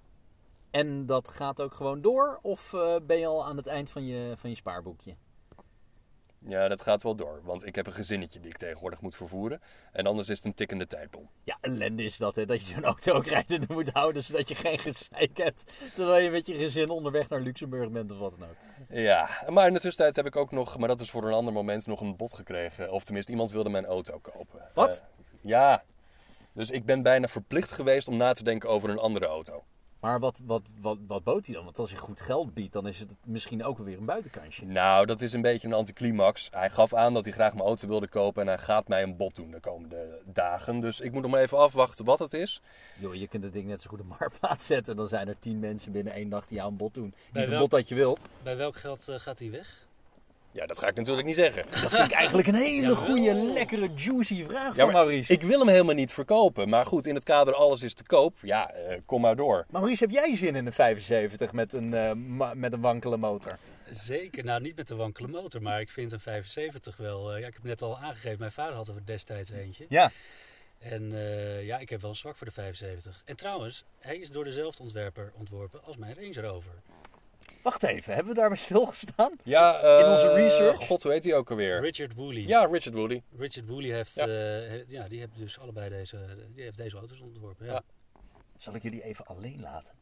En dat gaat ook gewoon door? Of ben je al aan het eind van je spaarboekje? Ja, dat gaat wel door. Want ik heb een gezinnetje die ik tegenwoordig moet vervoeren. En anders is het een tikkende tijdbom. Ja, ellende is dat, hè. Dat je zo'n auto ook rijdende moet houden, zodat je geen gezeik hebt. Terwijl je met je gezin onderweg naar Luxemburg bent of wat dan ook. Ja, maar in de tussentijd heb ik ook nog, maar dat is voor een ander moment, nog een bod gekregen. Of tenminste, iemand wilde mijn auto kopen. Wat? Ja. Dus ik ben bijna verplicht geweest om na te denken over een andere auto. Maar wat bood hij dan? Want als je goed geld biedt, dan is het misschien ook wel weer een buitenkansje. Nou, dat is een beetje een anticlimax. Hij gaf aan dat hij graag mijn auto wilde kopen en hij gaat mij een bod doen de komende dagen. Dus ik moet nog maar even afwachten wat het is. Joh, je kunt het ding net zo goed op Marktplaats zetten. Dan zijn er 10 mensen binnen 1 dag die jou een bod doen. Niet een bod dat je wilt. Bij welk geld gaat hij weg? Ja, dat ga ik natuurlijk niet zeggen. Dat vind ik eigenlijk een hele goede, lekkere, juicy vraag van Maurice. Ik wil hem helemaal niet verkopen. Maar goed, in het kader alles is te koop. Ja, kom maar door. Maurice, heb jij zin in een 75 met een wankele motor? Zeker, nou niet met de wankele motor. Maar ik vind een 75 wel... ik heb net al aangegeven, mijn vader had er destijds eentje. Ja. En ik heb wel een zwak voor de 75. En trouwens, hij is door dezelfde ontwerper ontworpen als mijn Range Rover. Wacht even, hebben we daarbij stilgestaan? Ja, in onze research? God, hoe heet hij ook alweer? Richard Woolley. Ja, Richard Woolley. Richard Woolley heeft, die heeft dus allebei deze auto's ontworpen. Ja. Zal ik jullie even alleen laten?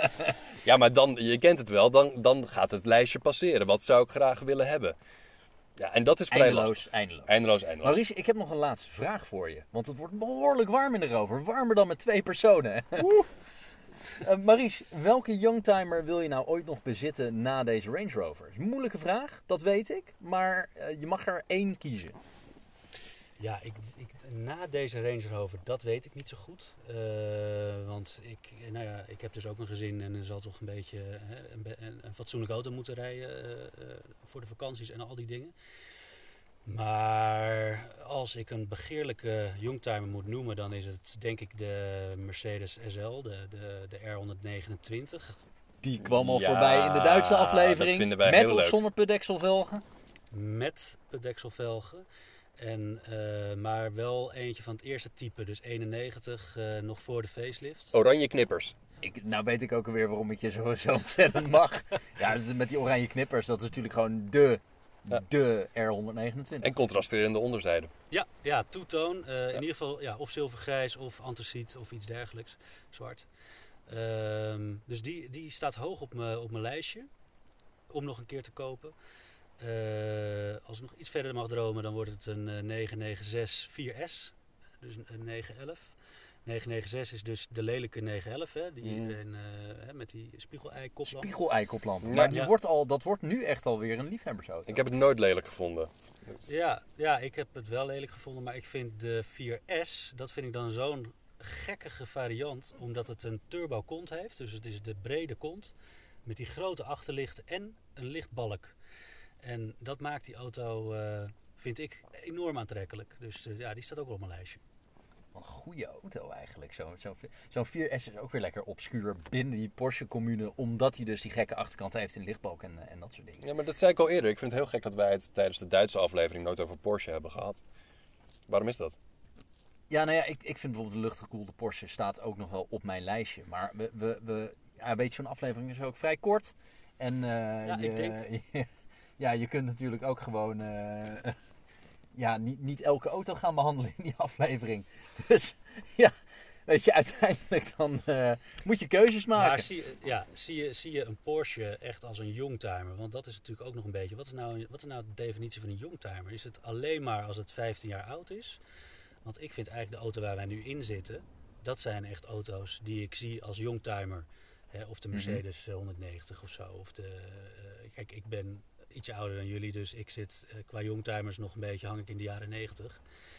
Ja, maar dan, je kent het wel, dan gaat het lijstje passeren. Wat zou ik graag willen hebben? Ja, en dat is vrij lastig. Eindeloos. Eindeloos. Maurice, ik heb nog een laatste vraag voor je. Want het wordt behoorlijk warm in de Rover. Warmer dan met 2 personen. Maurice, welke youngtimer wil je nou ooit nog bezitten na deze Range Rover? Is een moeilijke vraag, dat weet ik. Maar je mag er 1 kiezen. Ja, na deze Range Rover, dat weet ik niet zo goed. Want ik heb dus ook een gezin en er zal toch een beetje een fatsoenlijke auto moeten rijden voor de vakanties en al die dingen. Maar als ik een begeerlijke youngtimer moet noemen, dan is het denk ik de Mercedes SL, de R129. Die kwam al voorbij in de Duitse aflevering. Dat vinden wij met heel of leuk. zonder putdekselvelgen? Met dekselvelgen. Maar wel eentje van het eerste type, dus 91, nog voor de facelift. Oranje knippers. Nou weet ik ook alweer waarom ik je zo ontzettend mag. Ja, met die oranje knippers, dat is natuurlijk gewoon de R129. En contrasterende onderzijde. Ja, two-tone. In ieder geval of zilvergrijs of antraciet of iets dergelijks. Zwart. Dus die staat hoog op mijn lijstje. Om nog een keer te kopen. Als ik nog iets verder mag dromen, dan wordt het een 996 4S. Dus een 911. 996 is dus de lelijke 911, hè, die iedereen met die spiegel-ei-koplamp. Spiegel-ei-koplamp. Ja. Maar dat wordt nu echt alweer een liefhebbersauto. Ik heb het nooit lelijk gevonden. Ja, ik heb het wel lelijk gevonden, maar ik vind de 4S, dat vind ik dan zo'n gekkige variant, omdat het een turbo kont heeft. Dus het is de brede kont met die grote achterlicht en een lichtbalk. En dat maakt die auto, vind ik, enorm aantrekkelijk. Dus die staat ook wel op mijn lijstje. Wat een goede auto eigenlijk. Zo'n 4S is ook weer lekker obscuur binnen die Porsche-commune. Omdat hij dus die gekke achterkant heeft in lichtbalk en dat soort dingen. Ja, maar dat zei ik al eerder. Ik vind het heel gek dat wij het tijdens de Duitse aflevering nooit over Porsche hebben gehad. Waarom is dat? Ja, nou ja, ik vind bijvoorbeeld de luchtgekoelde Porsche staat ook nog wel op mijn lijstje. Maar weet je, zo'n aflevering is ook vrij kort. En ik denk... je kunt natuurlijk ook gewoon niet elke auto gaan behandelen in die aflevering. Dus ja, weet je, uiteindelijk dan moet je keuzes maken. Maar zie je een Porsche echt als een youngtimer? Want dat is natuurlijk ook nog een beetje... Wat is nou de definitie van een youngtimer? Is het alleen maar als het 15 jaar oud is? Want ik vind eigenlijk de auto waar wij nu in zitten... Dat zijn echt auto's die ik zie als youngtimer. Of de Mercedes 190 of zo. Of kijk, ik ben ietsje ouder dan jullie, dus ik zit qua youngtimers nog een beetje, hang ik in de jaren 90.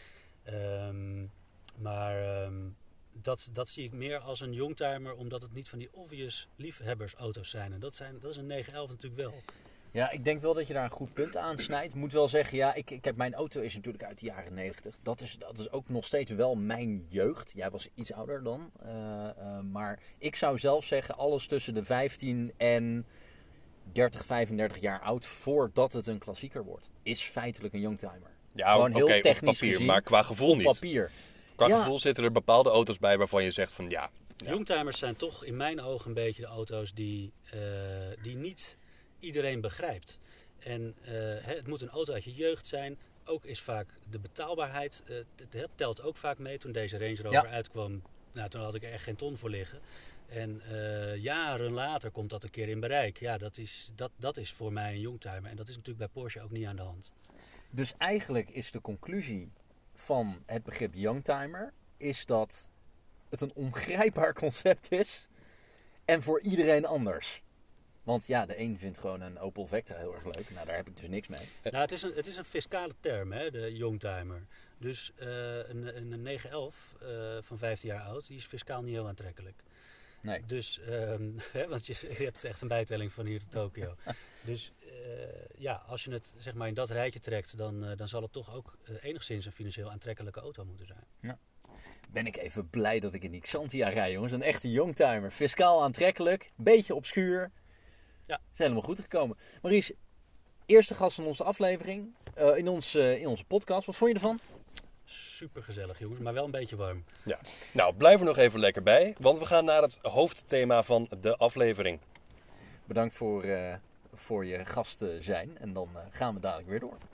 Dat zie ik meer als een youngtimer, omdat het niet van die obvious liefhebbersauto's zijn. En dat is een 911 natuurlijk wel. Ja, ik denk wel dat je daar een goed punt aan snijdt. Ik moet wel zeggen, ja, mijn auto is natuurlijk uit de jaren 90. Dat is ook nog steeds wel mijn jeugd. Jij was iets ouder dan. Maar ik zou zelf zeggen, alles tussen de 15 en 30, 35 jaar oud, voordat het een klassieker wordt, is feitelijk een youngtimer. Ja, gewoon heel technisch op papier, gezien, maar qua gevoel op niet. Papier. Qua gevoel zitten er bepaalde auto's bij waarvan je zegt van ja. Youngtimers zijn toch in mijn ogen een beetje de auto's die niet iedereen begrijpt. En het moet een auto uit je jeugd zijn. Ook is vaak de betaalbaarheid, het telt ook vaak mee. Toen deze Range Rover uitkwam, toen had ik er echt geen ton voor liggen. En jaren later komt dat een keer in bereik. Ja, dat is voor mij een youngtimer. En dat is natuurlijk bij Porsche ook niet aan de hand. Dus eigenlijk is de conclusie van het begrip youngtimer is dat het een ongrijpbaar concept is. En voor iedereen anders. Want ja, de een vindt gewoon een Opel Vectra heel erg leuk. Nou, daar heb ik dus niks mee. Nou, het is een fiscale term, hè, de youngtimer. Dus een 911 van 15 jaar oud, die is fiscaal niet heel aantrekkelijk. Nee. Dus, want je hebt echt een bijtelling van hier tot Tokio. Dus als je het zeg maar in dat rijtje trekt, dan zal het toch ook enigszins een financieel aantrekkelijke auto moeten zijn. Ja. Ben ik even blij dat ik in die Xantia rij, jongens. Een echte youngtimer. Fiscaal aantrekkelijk, beetje obscuur. Ja. Is helemaal goed gekomen. Maurice, eerste gast van onze aflevering, in onze podcast. Wat vond je ervan? Super gezellig, jongens, maar wel een beetje warm. Ja. Nou, blijf er nog even lekker bij, want we gaan naar het hoofdthema van de aflevering. Bedankt voor je gast zijn en dan gaan we dadelijk weer door.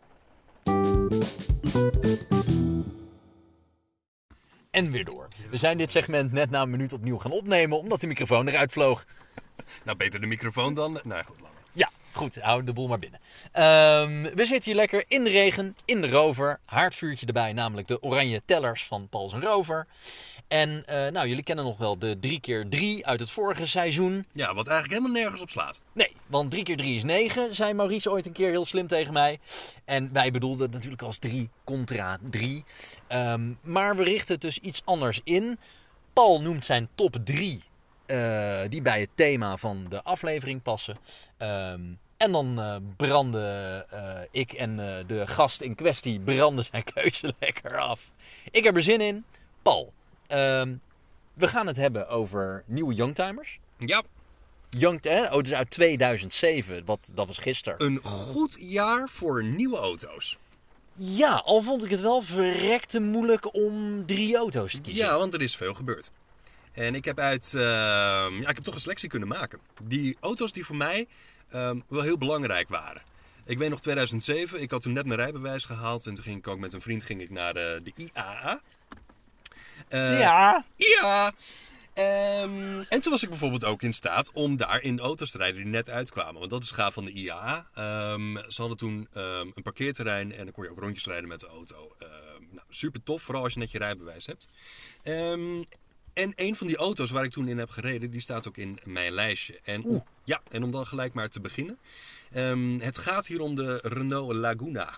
En weer door. We zijn dit segment net na een minuut opnieuw gaan opnemen, omdat de microfoon eruit vloog. Nou, beter de microfoon dan. Nou goed, laat maar. Ja, Goed, hou de boel maar binnen. We zitten hier lekker in de regen, in de Rover. Haardvuurtje erbij, namelijk de oranje tellers van Pauls en Rover. En jullie kennen nog wel de 3x3 uit het vorige seizoen. Ja, wat eigenlijk helemaal nergens op slaat. Nee, want 3x3 is 9, zei Maurice ooit een keer heel slim tegen mij. En wij bedoelden het natuurlijk als 3 contra 3. Maar we richten het dus iets anders in. Paul noemt zijn top 3 die bij het thema van de aflevering passen. En dan branden ik en de gast in kwestie branden zijn keuze lekker af. Ik heb er zin in. Paul, we gaan het hebben over nieuwe Youngtimers. Ja. Auto's uit 2007, dat was gisteren. Een goed jaar voor nieuwe auto's. Ja, al vond ik het wel verrekte moeilijk om 3 auto's te kiezen. Ja, want er is veel gebeurd. En ik heb ik heb toch een selectie kunnen maken. Die auto's die voor mij wel heel belangrijk waren. Ik weet nog 2007, ik had toen net mijn rijbewijs gehaald. En toen ging ik ook met een vriend naar de IAA. Ja. Ja. En toen was ik bijvoorbeeld ook in staat om daar in auto's te rijden die net uitkwamen. Want dat is gaaf van de IAA. Ze hadden toen een parkeerterrein en dan kon je ook rondjes rijden met de auto. Super tof, vooral als je net je rijbewijs hebt. En een van die auto's waar ik toen in heb gereden, die staat ook in mijn lijstje. En om dan gelijk maar te beginnen. Het gaat hier om de Renault Laguna.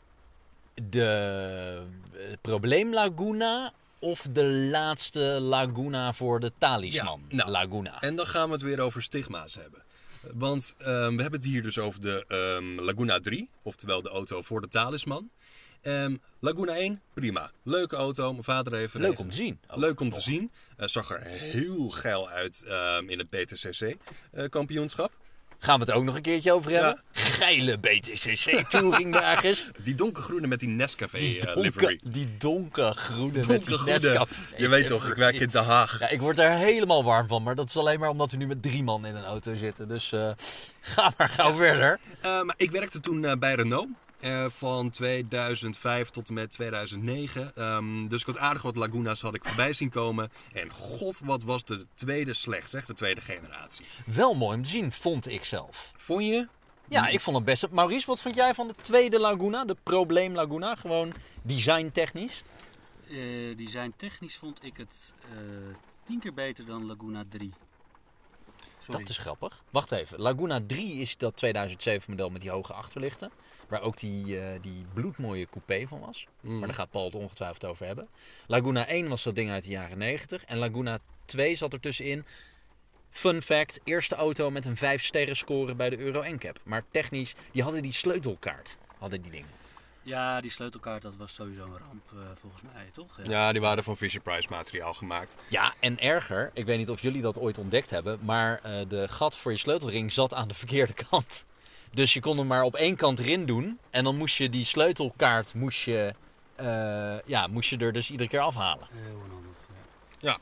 De probleem Laguna of de laatste Laguna voor de talisman Laguna? En dan gaan we het weer over stigma's hebben. Want we hebben het hier dus over de Laguna 3, oftewel de auto voor de talisman. Laguna 1, prima. Leuke auto, mijn vader heeft er Leuk om te zien. Leuk om te zien. Zag er heel geil uit in het BTCC-kampioenschap. Gaan we het ook nog een keertje over hebben? Ja. Geile BTCC-touringdagens. Die donkergroene met die Nescafé-livery. Die donkergroene met die Nescafé. Je weet toch, ik werk in Den Haag. Ja, ik word daar helemaal warm van. Maar dat is alleen maar omdat we nu met 3 man in een auto zitten. Dus ga maar gauw verder. Maar ik werkte toen bij Renault. Van 2005 tot en met 2009. Dus ik had aardig wat Laguna's had ik voorbij zien komen. En god, wat was de tweede slecht, zeg, de tweede generatie. Wel mooi om te zien, vond ik zelf. Vond je? Ja, ik vond het best. Maurice, wat vond jij van de tweede Laguna? De probleem Laguna, gewoon designtechnisch? Designtechnisch vond ik het 10 keer beter dan Laguna 3. Sorry. Dat is grappig. Wacht even. Laguna 3 is dat 2007 model met die hoge achterlichten. Waar ook die bloedmooie coupé van was. Maar daar gaat Paul het ongetwijfeld over hebben. Laguna 1 was dat ding uit de jaren 90. En Laguna 2 zat er tussenin. Fun fact, eerste auto met een 5-sterren score bij de Euro NCAP. Maar technisch, die hadden die sleutelkaart. Hadden die dingen. Ja, die sleutelkaart, dat was sowieso een ramp volgens mij, toch? Ja, die waren van Fisher-Price materiaal gemaakt. Ja, en erger, ik weet niet of jullie dat ooit ontdekt hebben, maar de gat voor je sleutelring zat aan de verkeerde kant. Dus je kon hem maar op 1 kant erin doen en dan moest je die sleutelkaart moest je er dus iedere keer afhalen. Heel onhandig, Ja.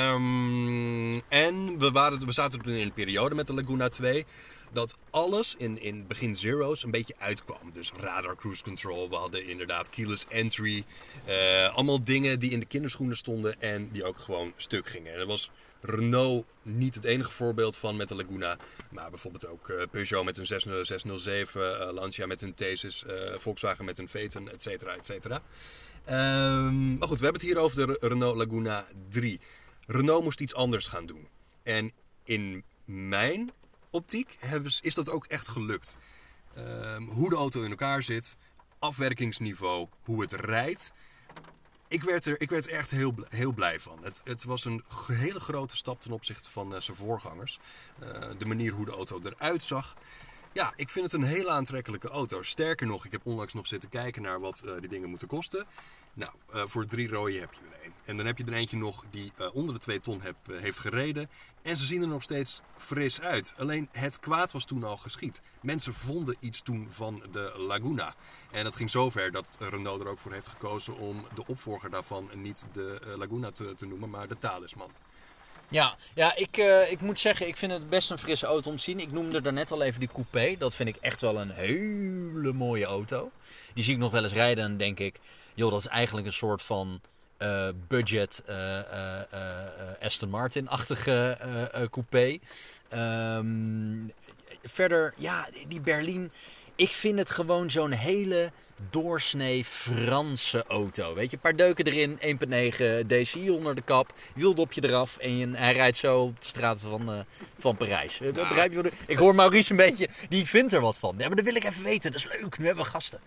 En we zaten toen in een periode met de Laguna 2... dat alles in begin zero's een beetje uitkwam. Dus radar cruise control, we hadden inderdaad keyless entry. Allemaal dingen die in de kinderschoenen stonden en die ook gewoon stuk gingen. En dat was Renault niet het enige voorbeeld van met de Laguna. Maar bijvoorbeeld ook Peugeot met hun 607, Lancia met hun Thesis, Volkswagen met hun Phaeton, et cetera, et cetera. Maar goed, we hebben het hier over de Renault Laguna 3. Renault moest iets anders gaan doen. En in mijn optiek is dat ook echt gelukt. Hoe de auto in elkaar zit, afwerkingsniveau, hoe het rijdt. Ik werd er echt heel blij van. Het was een hele grote stap ten opzichte van zijn voorgangers. De manier hoe de auto eruit zag. Ja, ik vind het een hele aantrekkelijke auto. Sterker nog, ik heb onlangs nog zitten kijken naar wat die dingen moeten kosten. Nou, voor 3 rode heb je er een. En dan heb je er eentje nog die onder de 2 ton heeft gereden. En ze zien er nog steeds fris uit. Alleen het kwaad was toen al geschied. Mensen vonden iets toen van de Laguna. En dat ging zover dat Renault er ook voor heeft gekozen om de opvolger daarvan niet de Laguna te noemen, maar de Talisman. Ja, ik moet zeggen, ik vind het best een frisse auto om te zien. Ik noemde daarnet al even die coupé. Dat vind ik echt wel een hele mooie auto. Die zie ik nog wel eens rijden en denk ik, joh, dat is eigenlijk een soort van budget Aston Martin-achtige coupé. verder, ja, die Berlin. Ik vind het gewoon zo'n hele doorsnee Franse auto. Weet je, een paar deuken erin, 1.9 DCI onder de kap, wieldopje eraf en hij rijdt zo op de straten van Parijs. Begrijp je wat ik hoor Maurice een beetje, die vindt er wat van. Ja, maar dat wil ik even weten, dat is leuk, nu hebben we gasten.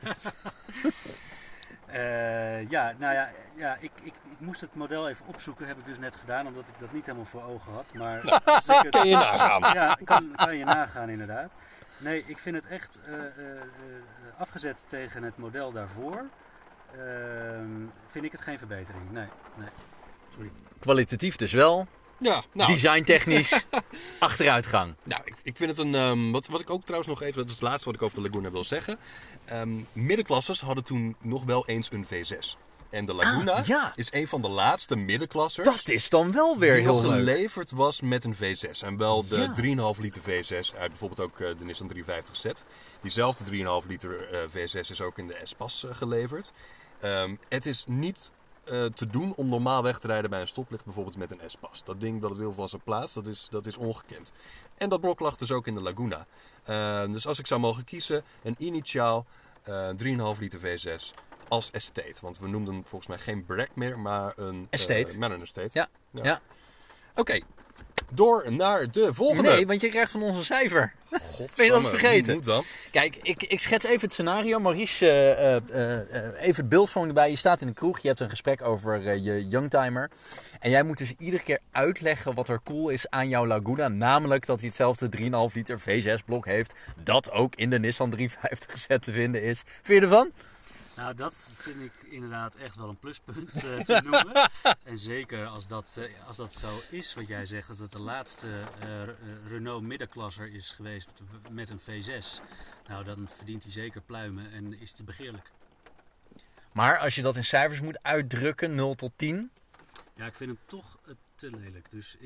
Ik moest het model even opzoeken. Heb ik dus net gedaan, omdat ik dat niet helemaal voor ogen had. Maar Kan je nagaan. Ja, kan je nagaan inderdaad. Nee, ik vind het echt afgezet tegen het model daarvoor. Vind ik het geen verbetering. Nee. Sorry. Kwalitatief dus wel, Ja, nou, designtechnisch, achteruitgang. Nou, ik vind het een... wat ik ook trouwens nog even... Dat is het laatste wat ik over de Laguna wil zeggen. Middenklassers hadden toen nog wel eens een V6. En de Laguna is een van de laatste middenklassers... Dat is dan wel weer die heel nog leuk. geleverd was met een V6. En wel de 3,5 liter V6 uit bijvoorbeeld ook de Nissan 350Z. Diezelfde 3,5 liter V6 is ook in de S-Pas geleverd. Het is niet... te doen om normaal weg te rijden bij een stoplicht, bijvoorbeeld met een S-Pas. Dat ding dat het wil van zijn plaats, dat is ongekend. En dat blok lag dus ook in de Laguna. Dus als ik zou mogen kiezen, een Initiaal 3,5 liter V6 als estate. Want we noemden hem volgens mij geen Bragg meer, maar een Estate. Maar een estate. Ja. Oké, door naar de volgende. Nee, want je krijgt van ons een cijfer. Godsamme, Ben je dat vergeten? hoe moet dan? Kijk, ik schets even het scenario. Maurice, even het beeldvorming erbij. Je staat in een kroeg, je hebt een gesprek over je youngtimer. En jij moet dus iedere keer uitleggen wat er cool is aan jouw Laguna. Namelijk dat hij hetzelfde 3,5 liter V6 blok heeft. Dat ook in de Nissan 350Z te vinden is. Vind je ervan? Nou, dat vind ik inderdaad echt wel een pluspunt te noemen. En zeker als dat zo is, wat jij zegt, dat het de laatste Renault middenklasser is geweest met een V6. Nou, dan verdient hij zeker pluimen en is hij begeerlijk. Maar als je dat in cijfers moet uitdrukken, 0 tot 10... Ja, ik vind hem toch te lelijk. Dus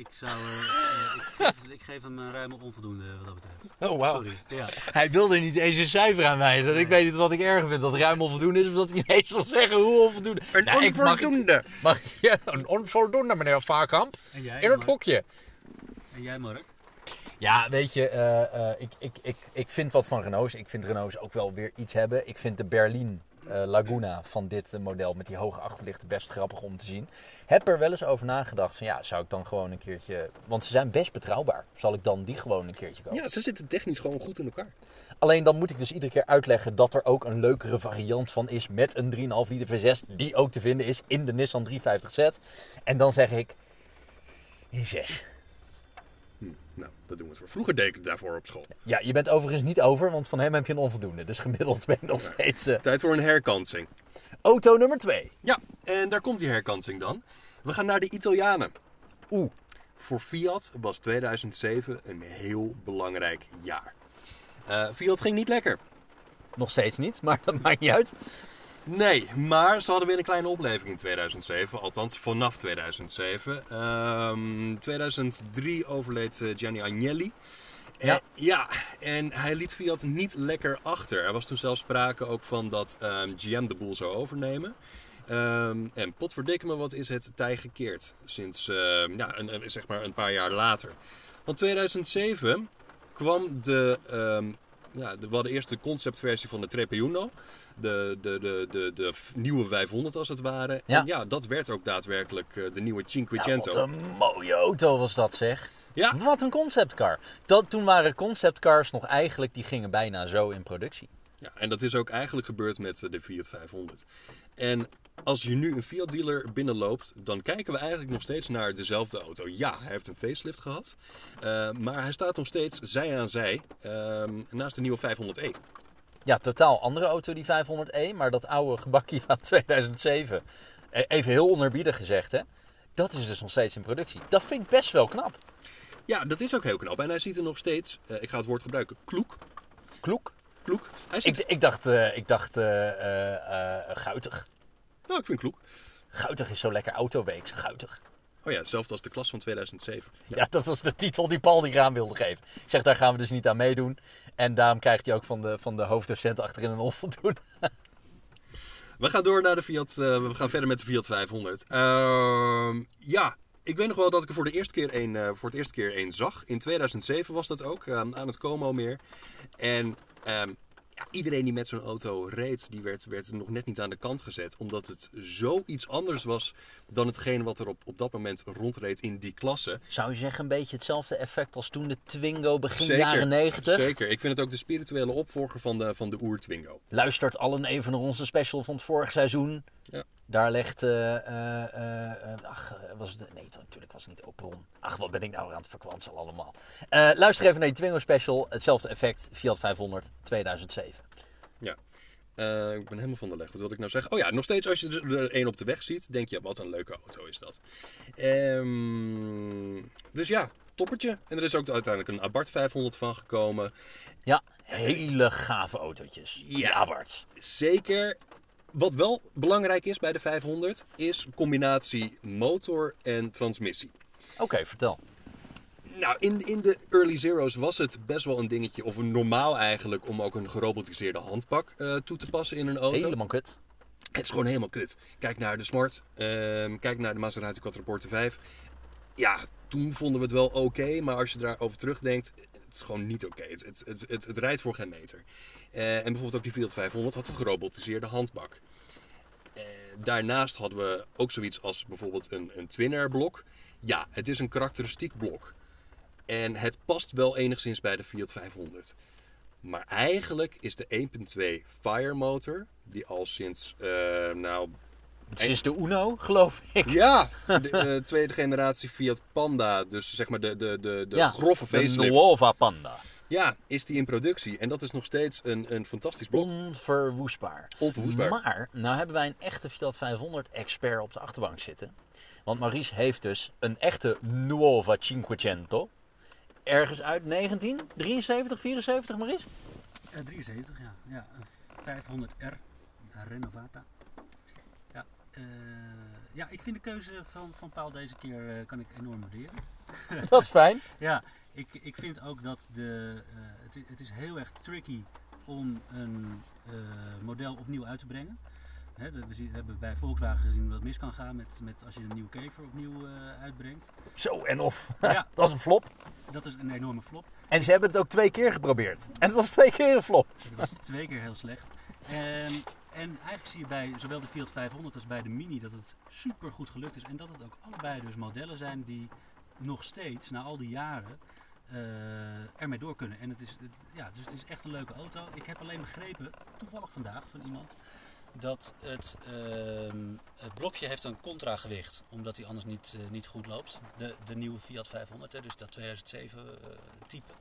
ik geef hem een ruime onvoldoende wat dat betreft. Oh, wauw. Sorry. Ja. Hij wilde niet eens een cijfer aan mij. Dat ik weet niet wat ik erger vind. Dat ruim onvoldoende is of dat hij ineens wil zeggen hoe onvoldoende. Een onvoldoende. Mag je een onvoldoende, meneer Vaarkamp? En jij, In het Mark? hokje. En jij, Mark? Ja, weet je, ik vind wat van Renault's. Ik vind Renault's ook wel weer iets hebben. Ik vind de Berlin Laguna van dit model met die hoge achterlichten best grappig om te zien. Heb er wel eens over nagedacht van ja, zou ik dan gewoon een keertje... Want ze zijn best betrouwbaar. Zal ik dan die gewoon een keertje kopen? Ja, ze zitten technisch gewoon goed in elkaar. Alleen dan moet ik dus iedere keer uitleggen dat er ook een leukere variant van is met een 3,5 liter V6 die ook te vinden is in de Nissan 350Z. En dan zeg ik een 6. Nou, dat doen we het voor. Vroeger deed ik het daarvoor op school. Ja, je bent overigens niet over, want van hem heb je een onvoldoende. Dus gemiddeld ben je nog steeds... Tijd voor een herkansing. Auto nummer 2. Ja, en daar komt die herkansing dan. We gaan naar de Italianen. Voor Fiat was 2007 een heel belangrijk jaar. Fiat ging niet lekker. Nog steeds niet, maar dat maakt niet uit. Nee, maar ze hadden weer een kleine opleving in 2007. Althans, vanaf 2007. 2003 overleed Gianni Agnelli. Ja. En hij liet Fiat niet lekker achter. Er was toen zelfs sprake ook van dat GM de boel zou overnemen. En potverdikke me, wat is het tij gekeerd sinds zeg maar een paar jaar later. Want 2007 kwam we hadden eerst de conceptversie van de Trepeuno. De nieuwe 500 als het ware. Ja. En ja, dat werd ook daadwerkelijk de nieuwe Cinquecento. Ja, wat een mooie auto was dat, zeg. Ja. Wat een conceptcar. Toen waren conceptcars nog eigenlijk, die gingen bijna zo in productie. Ja, en dat is ook eigenlijk gebeurd met de Fiat 500. En als je nu een Fiat dealer binnenloopt, dan kijken we eigenlijk nog steeds naar dezelfde auto. Ja, hij heeft een facelift gehad. Maar hij staat nog steeds zij aan zij naast de nieuwe 500e. Ja, totaal andere auto die 500e, maar dat oude gebakkie van 2007. Even heel onerbiedig gezegd, hè. Dat is dus nog steeds in productie. Dat vind ik best wel knap. Ja, dat is ook heel knap. En hij ziet er nog steeds, ik ga het woord gebruiken, kloek. Kloek? Kloek. Hij ziet... Ik dacht guitig. Nou, ik vind kloek. Guitig is zo lekker autoweeks. Guitig. Oh ja, hetzelfde als de klas van 2007. Ja, dat was de titel die Paul die raam wilde geven. Ik zeg, daar gaan we dus niet aan meedoen. En daarom krijgt hij ook van de hoofddocent achterin een onvoldoende. We gaan door naar de Fiat. We gaan verder met de Fiat 500. Ja, Ik weet nog wel dat ik er voor het eerste keer een zag. In 2007 was dat ook, aan het Como-meer. En iedereen die met zo'n auto reed, die werd nog net niet aan de kant gezet. Omdat het zoiets anders was dan hetgeen wat er op dat moment rondreed in die klasse. Zou je zeggen een beetje hetzelfde effect als toen de Twingo begin Zeker, jaren 90? Zeker. Ik vind het ook de spirituele opvolger van de oer-Twingo. Luistert allen even naar onze special van het vorige seizoen. Ja. Daar legt... natuurlijk was het niet Opron. Ach, wat ben ik nou aan het verkwanselen allemaal. Luister even naar die Twingo special. Hetzelfde effect. Fiat 500 2007. Ja. Ik ben helemaal van de leg. Wat wil ik nou zeggen? Oh ja, nog steeds als je er één op de weg ziet, denk je, wat een leuke auto is dat. Dus ja, toppertje. En er is ook uiteindelijk een Abarth 500 van gekomen. Ja, hele gave autootjes. Ja. Die Abarths. Zeker. Wat wel belangrijk is bij de 500 is combinatie motor en transmissie. Oké, vertel. Nou, in de early zeros was het best wel een dingetje, of een normaal eigenlijk, om ook een gerobotiseerde handpak toe te passen in een auto. Helemaal kut. Het is gewoon helemaal kut. Kijk naar de Smart, kijk naar de Maserati Quattroporte 5. Ja, toen vonden we het wel oké, maar als je daarover terugdenkt, het is gewoon niet oké. Het rijdt voor geen meter. En bijvoorbeeld ook die Fiat 500 had een gerobotiseerde handbak. Daarnaast hadden we ook zoiets als bijvoorbeeld een Twin-Air blok. Ja, het is een karakteristiek blok. En het past wel enigszins bij de Fiat 500. Maar eigenlijk is de 1.2 Fire motor, die al sinds, Het is de Uno, geloof ik. ja, de tweede generatie Fiat Panda, dus zeg maar de grove de facelift. Nuova Panda. Ja, is die in productie. En dat is nog steeds een fantastisch blok. Onverwoestbaar. Onverwoestbaar. Maar, nou hebben wij een echte Fiat 500 expert op de achterbank zitten. Want Maurice heeft dus een echte Nuova Cinquecento. Ergens uit 1973, 74, Maurice? 73, ja. Ja, een 500R, een Renovata. Ja, ja, ik vind de keuze van Paul deze keer kan ik enorm waarderen. Dat is fijn. Ja, ik vind ook dat het is heel erg tricky om een model opnieuw uit te brengen. We hebben bij Volkswagen gezien wat mis kan gaan met als je een nieuwe Kever opnieuw uitbrengt. Zo, en of. Ja. Dat is een flop. Dat is een enorme flop. En ze hebben het ook 2 keer geprobeerd. En het was 2 keer een flop. Het was 2 keer heel slecht. En eigenlijk zie je bij zowel de Fiat 500 als bij de Mini dat het super goed gelukt is. En dat het ook allebei dus modellen zijn die nog steeds, na al die jaren, ermee door kunnen. En dus het is echt een leuke auto. Ik heb alleen begrepen, toevallig vandaag van iemand, dat het blokje heeft een contragewicht, omdat hij anders niet goed loopt. De nieuwe Fiat 500, dus dat 2007 type.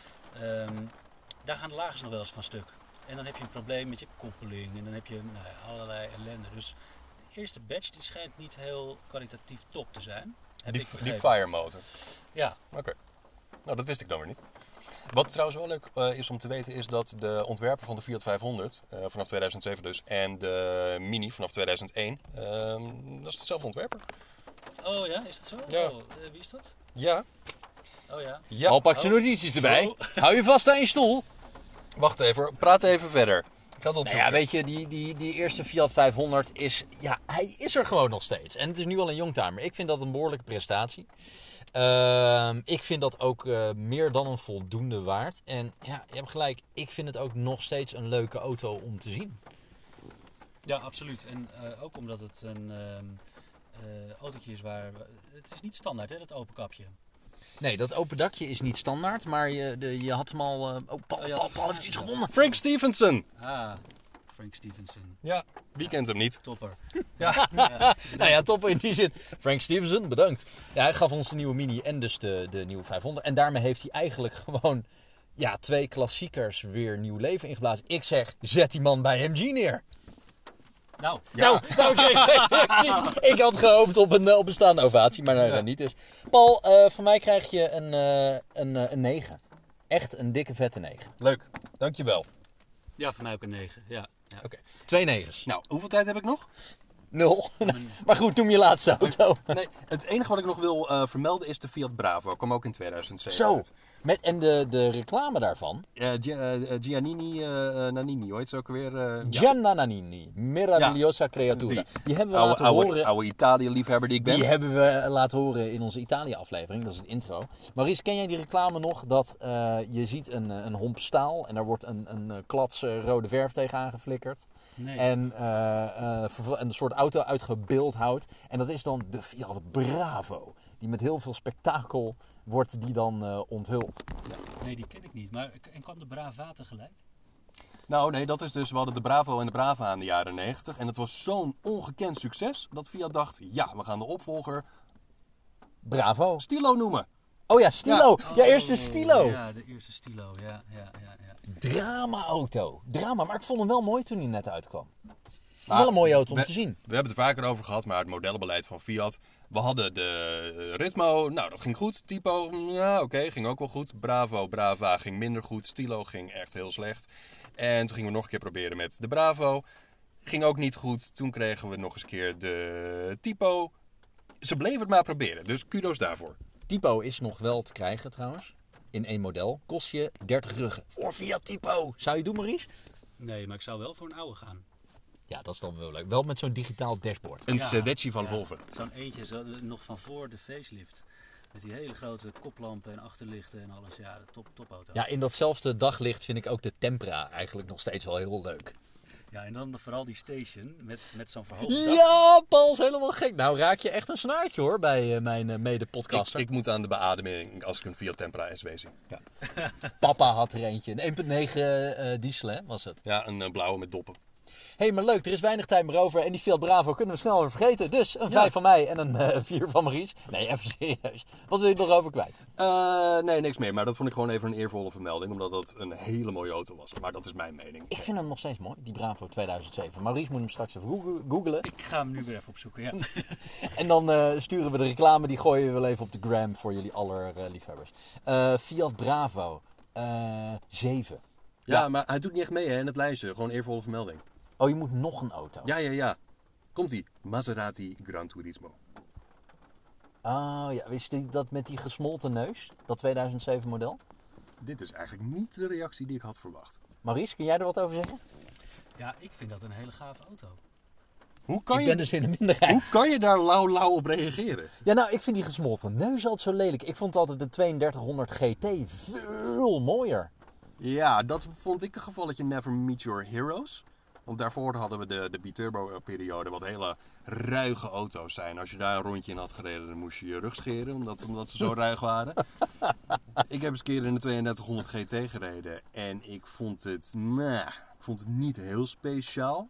Daar gaan de lagers nog wel eens van stuk. En dan heb je een probleem met je koppeling en dan heb je allerlei ellende. Dus de eerste batch die schijnt niet heel kwalitatief top te zijn. Die Fire motor. Ja. Oké. Nou, dat wist ik dan weer niet. Wat trouwens wel leuk is om te weten is dat de ontwerper van de Fiat 500 vanaf 2007 dus en de Mini vanaf 2001, dat is dezelfde ontwerper. Oh ja, is dat zo? Ja. Oh, wie is dat? Ja. Oh ja. Ja. Al pak zijn notities erbij. Hou je vast aan je stoel. Wacht even, praat even verder. Ik ga het opzoeken. Nou ja, weet je, die eerste Fiat 500 is... Ja, hij is er gewoon nog steeds. En het is nu al een youngtimer. Ik vind dat een behoorlijke prestatie. Ik vind dat ook meer dan een voldoende waard. En ja, je hebt gelijk. Ik vind het ook nog steeds een leuke auto om te zien. Ja, absoluut. En ook omdat het een autootje is waar... Het is niet standaard, hè, dat open kapje. Nee, dat open dakje is niet standaard. Maar je had hem al... Paul heeft iets gewonnen. Frank Stevenson. Ah, Frank Stevenson. Ja, wie kent hem niet? Topper. Nou ja, topper in die zin. Frank Stevenson, bedankt. Ja, hij gaf ons de nieuwe Mini en dus de nieuwe 500. En daarmee heeft hij eigenlijk gewoon 2 klassiekers weer nieuw leven ingeblazen. Ik zeg, zet die man bij MG neer. Nou, Ik had gehoopt op een staande ovatie, maar dat niet dus. Paul, van mij krijg je een 9. Echt een dikke vette 9. Leuk, dankjewel. ja, voor mij ook een 9. Ja. Oké. 2 negens. Nou, hoeveel tijd heb ik nog? 0. Maar goed, noem je laatste auto. Nee, het enige wat ik nog wil vermelden is de Fiat Bravo. Kwam ook in 2007 Zo. uit. En de reclame daarvan. Giannini Nannini, hoe heet ze ook alweer? Gianna Nannini, Meravigliosa Creatura. Die hebben we laten horen. Oude Italië-liefhebber die ik ben. Die hebben we laten horen in onze Italië-aflevering. Dat is het intro. Maurice, ken jij die reclame nog? Dat je ziet een homp staal en daar wordt een klats rode verf tegen aangeflikkerd. Nee. En een soort auto uitgebeeld houdt. En dat is dan de Fiat Bravo. Die met heel veel spektakel wordt die dan onthuld. Nee, die ken ik niet. Maar en kwam de Brava tegelijk? Nou nee, dat is dus, we hadden de Bravo en de Brava in de jaren 90. En het was zo'n ongekend succes dat Fiat dacht, ja, we gaan de opvolger Bravo. Stilo noemen. Oh ja, Stilo. Ja, eerst de Stilo. Ja, de eerste Stilo. Ja. Drama-auto. Drama, maar ik vond hem wel mooi toen hij net uitkwam. Wel een mooie auto om te zien. We hebben het er vaker over gehad, maar het modellenbeleid van Fiat. We hadden de Ritmo, nou dat ging goed. Tipo, ja oké, ging ook wel goed. Bravo, Brava ging minder goed. Stilo ging echt heel slecht. En toen gingen we nog een keer proberen met de Bravo. Ging ook niet goed. Toen kregen we nog eens keer de Tipo. Ze bleven het maar proberen, dus kudos daarvoor. Tipo is nog wel te krijgen trouwens. In één model. Kost je 30 ruggen. Voor Fiat Tipo. Zou je doen, Maurice? Nee, maar ik zou wel voor een oude gaan. Ja, dat is dan wel leuk. Wel met zo'n digitaal dashboard. Een Sedecci van Volvo. Zo'n eentje, nog van voor de facelift. Met die hele grote koplampen en achterlichten en alles. Ja, topauto. Ja, in datzelfde daglicht vind ik ook de Tempra eigenlijk nog steeds wel heel leuk. Ja, en dan vooral die station met zo'n verhoogd dak. Ja, Paul is helemaal gek. Nou raak je echt een snaartje hoor bij mijn mede-podcaster. Ik moet aan de beademing als ik een Fiat Tempra SW zie. Ja, Papa had er eentje. Een 1.9 diesel hè, was het. ja een blauwe met doppen. Hé, maar leuk. Er is weinig tijd meer over. En die Fiat Bravo kunnen we snel weer vergeten. Dus een 5 van mij en een 4 van Maurice. Nee, even serieus. Wat wil je er nog over kwijt? Nee, niks meer. Maar dat vond ik gewoon even een eervolle vermelding. Omdat dat een hele mooie auto was. Maar dat is mijn mening. Ik vind hem nog steeds mooi, die Bravo 2007. Maurice moet hem straks even googlen. Ik ga hem nu weer even opzoeken, ja. En dan sturen we de reclame, die gooien we wel even op de gram voor jullie allerliefhebbers. Fiat Bravo 7. Ja, maar hij doet niet echt mee hè, in het lijstje. Gewoon eervolle vermelding. Oh, je moet nog een auto. Ja. Komt-ie. Maserati Gran Turismo. Oh ja, wist je dat met die gesmolten neus? Dat 2007 model? Dit is eigenlijk niet de reactie die ik had verwacht. Maurice, kun jij er wat over zeggen? Ja, ik vind dat een hele gave auto. Hoe kan Ik ben dus in de minderheid. Hoe kan je daar lauw op reageren? Ja, nou, ik vind die gesmolten neus altijd zo lelijk. Ik vond altijd de 3200 GT veel mooier. Ja, dat vond ik een gevalletje Never Meet Your Heroes. Want daarvoor hadden we de biturbo-periode, wat hele ruige auto's zijn. Als je daar een rondje in had gereden, dan moest je je rug scheren, omdat ze zo ruig waren. Ik heb eens een keer in de 3200 GT gereden en ik vond het niet heel speciaal.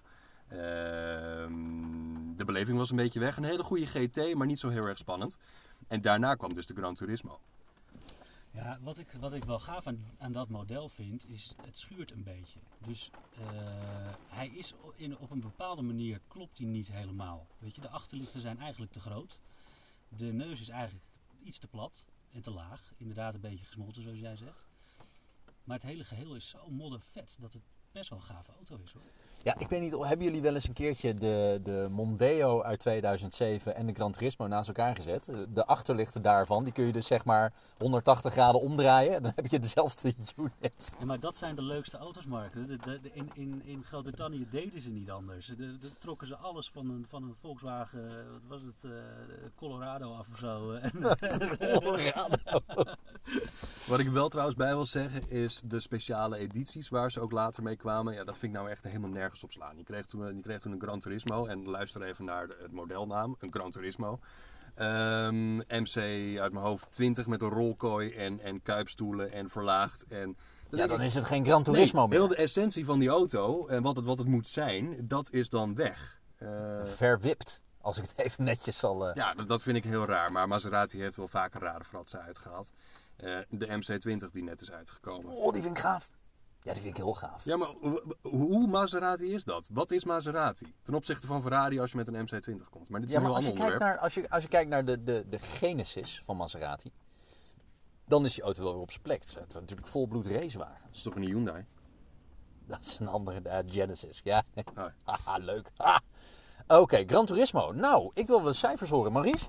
De beleving was een beetje weg. Een hele goede GT, maar niet zo heel erg spannend. En daarna kwam dus de Gran Turismo. Ja, wat ik wel gaaf aan dat model vind, is het schuurt een beetje. Dus hij is op een bepaalde manier, klopt hij niet helemaal. Weet je, de achterlichten zijn eigenlijk te groot. De neus is eigenlijk iets te plat en te laag. Inderdaad een beetje gesmolten zoals jij zegt. Maar het hele geheel is zo moddervet dat het best wel een gave auto is hoor. Ja, ik weet niet, hebben jullie wel eens een keertje de Mondeo uit 2007 en de Gran Turismo naast elkaar gezet? De achterlichten daarvan, die kun je dus zeg maar 180 graden omdraaien en dan heb je dezelfde unit. Ja, maar dat zijn de leukste auto's, Mark. In Groot-Brittannië deden ze niet anders. Trokken ze alles van een Volkswagen, wat was het, Colorado af of zo. Colorado. Wat ik wel trouwens bij wil zeggen is de speciale edities waar ze ook later mee kwamen. Ja, dat vind ik nou echt helemaal nergens op slaan. Je kreeg toen een Gran Turismo en luister even naar het modelnaam, een Gran Turismo. MC uit mijn hoofd 20 met een rolkooi en kuipstoelen en verlaagd. Ja, dan is het geen Gran Turismo meer. Heel de essentie van die auto en wat het moet zijn, dat is dan weg. Verwipt, als ik het even netjes zal... Ja, dat vind ik heel raar. Maar Maserati heeft wel vaker rare fratsen uitgehaald. De MC20 die net is uitgekomen. Oh, die vind ik gaaf. Ja, die vind ik heel gaaf. Ja, maar hoe Maserati is dat? Wat is Maserati? Ten opzichte van Ferrari als je met een MC20 komt. Maar dit is een heel ander onderwerp. Als je kijkt naar de genesis van Maserati, dan is die auto wel weer op zijn plek. Het is natuurlijk volbloed racewagen. Dat is toch een Hyundai? Dat is een andere Genesis, ja. Oh. Haha, leuk. Oké, Gran Turismo. Nou, ik wil wel cijfers horen. Maurice?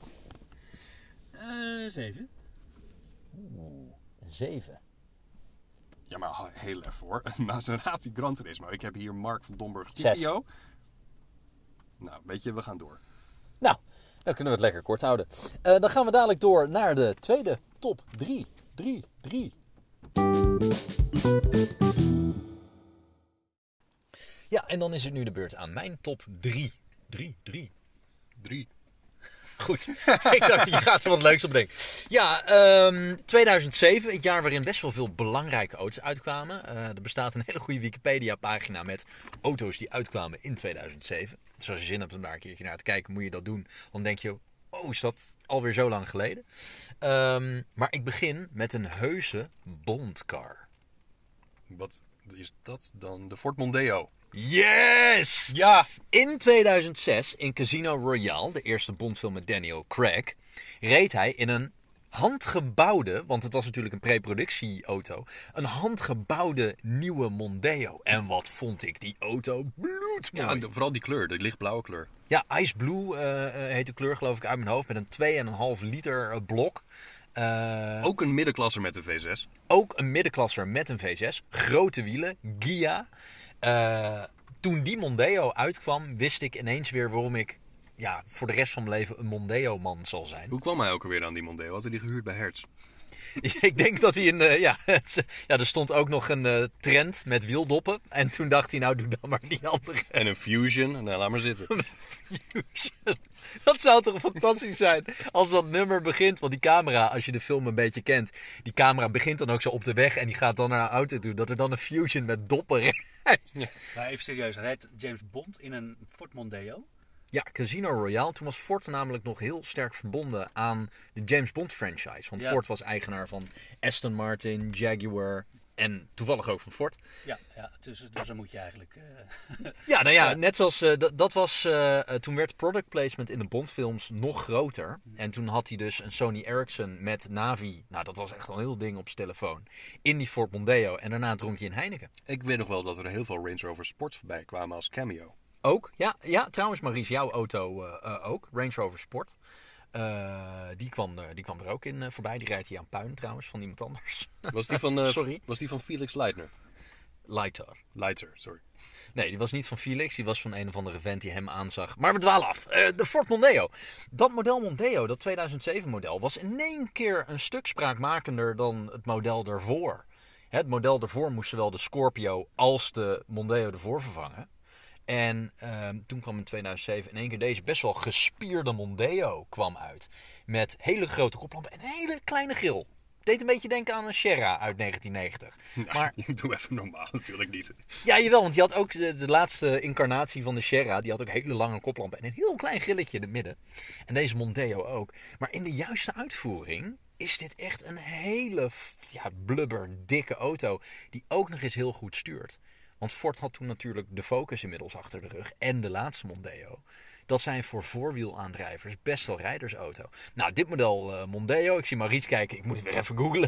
7. 7. Ja, maar heel even hoor. Een Maserati Gran Turismo. Ik heb hier Mark van Domburg 6. TPO. Nou, weet je, we gaan door. Nou, dan kunnen we het lekker kort houden. Dan gaan we dadelijk door naar de tweede top 3. 3. Ja, en dan is het nu de beurt aan mijn top 3. 3. Goed, ik dacht, je gaat er wat leuks op denken. Ja, 2007, het jaar waarin best wel veel belangrijke auto's uitkwamen. Er bestaat een hele goede Wikipedia-pagina met auto's die uitkwamen in 2007. Dus als je zin hebt om daar een keertje naar te kijken, moet je dat doen. Dan denk je, oh, is dat alweer zo lang geleden? Maar ik begin met een heuse Bondcar. Wat is dat dan? De Ford Mondeo. Yes! Ja! In 2006, in Casino Royale, de eerste Bondfilm met Daniel Craig, reed hij in een handgebouwde, want het was natuurlijk een pre-productieauto, een handgebouwde nieuwe Mondeo. En wat vond ik die auto bloedmooi. Ja, en vooral die kleur, de lichtblauwe kleur. Ja, Ice Blue heet de kleur geloof ik uit mijn hoofd, met een 2,5 liter blok. Ook een middenklasser met een V6. Ook een middenklasser met een V6, grote wielen, Ghia. Toen die Mondeo uitkwam, wist ik ineens weer waarom ik voor de rest van mijn leven een Mondeo-man zal zijn. Hoe kwam hij ook alweer aan die Mondeo? Had hij die gehuurd bij Hertz? Ik denk dat hij er stond ook nog een trend met wieldoppen. En toen dacht hij, nou doe dan maar die andere. En een Fusion. Nou, laat maar zitten. Fusion. Dat zou toch fantastisch zijn als dat nummer begint. Want die camera, als je de film een beetje kent, die camera begint dan ook zo op de weg en die gaat dan naar een auto toe. Dat er dan een Fusion met doppen rijdt. Ja. Maar even serieus, rijdt James Bond in een Ford Mondeo? Ja, Casino Royale. Toen was Ford namelijk nog heel sterk verbonden aan de James Bond franchise. Want Ford was eigenaar van Aston Martin, Jaguar en toevallig ook van Ford. Ja, dus dan moet je eigenlijk... Net zoals... toen werd product placement in de Bondfilms nog groter. En toen had hij dus een Sony Ericsson met Navi. Nou, dat was echt al een heel ding op zijn telefoon. In die Ford Mondeo. En daarna dronk je een Heineken. Ik weet nog wel dat er heel veel Range Rover Sports voorbij kwamen als cameo. Ook? Ja, trouwens Maurice, jouw auto ook. Range Rover Sport. Die kwam er ook in voorbij. Die rijdt hier aan puin trouwens, van iemand anders. Was die van, Sorry. Was die van Felix Leitner? Leiter, sorry. Nee, die was niet van Felix. Die was van een of andere vent die hem aanzag. Maar we dwalen af. De Ford Mondeo. Dat model Mondeo, dat 2007 model, was in één keer een stuk spraakmakender dan het model daarvoor. Het model daarvoor moest zowel de Scorpio als de Mondeo ervoor vervangen. En toen kwam in 2007 in één keer deze best wel gespierde Mondeo kwam uit. Met hele grote koplampen en een hele kleine grill. Deed een beetje denken aan een Sierra uit 1990. Nou, maar doe even normaal, natuurlijk niet. Ja, jawel, want die had ook de laatste incarnatie van de Sierra. Die had ook hele lange koplampen en een heel klein grilletje in het midden. En deze Mondeo ook. Maar in de juiste uitvoering is dit echt een hele blubberdikke auto. Die ook nog eens heel goed stuurt. Want Ford had toen natuurlijk de Focus inmiddels achter de rug. En de laatste Mondeo. Dat zijn voor voorwielaandrijvers best wel rijdersauto. Nou, dit model Mondeo. Ik zie Maurice kijken. Ik moet het weer even googlen.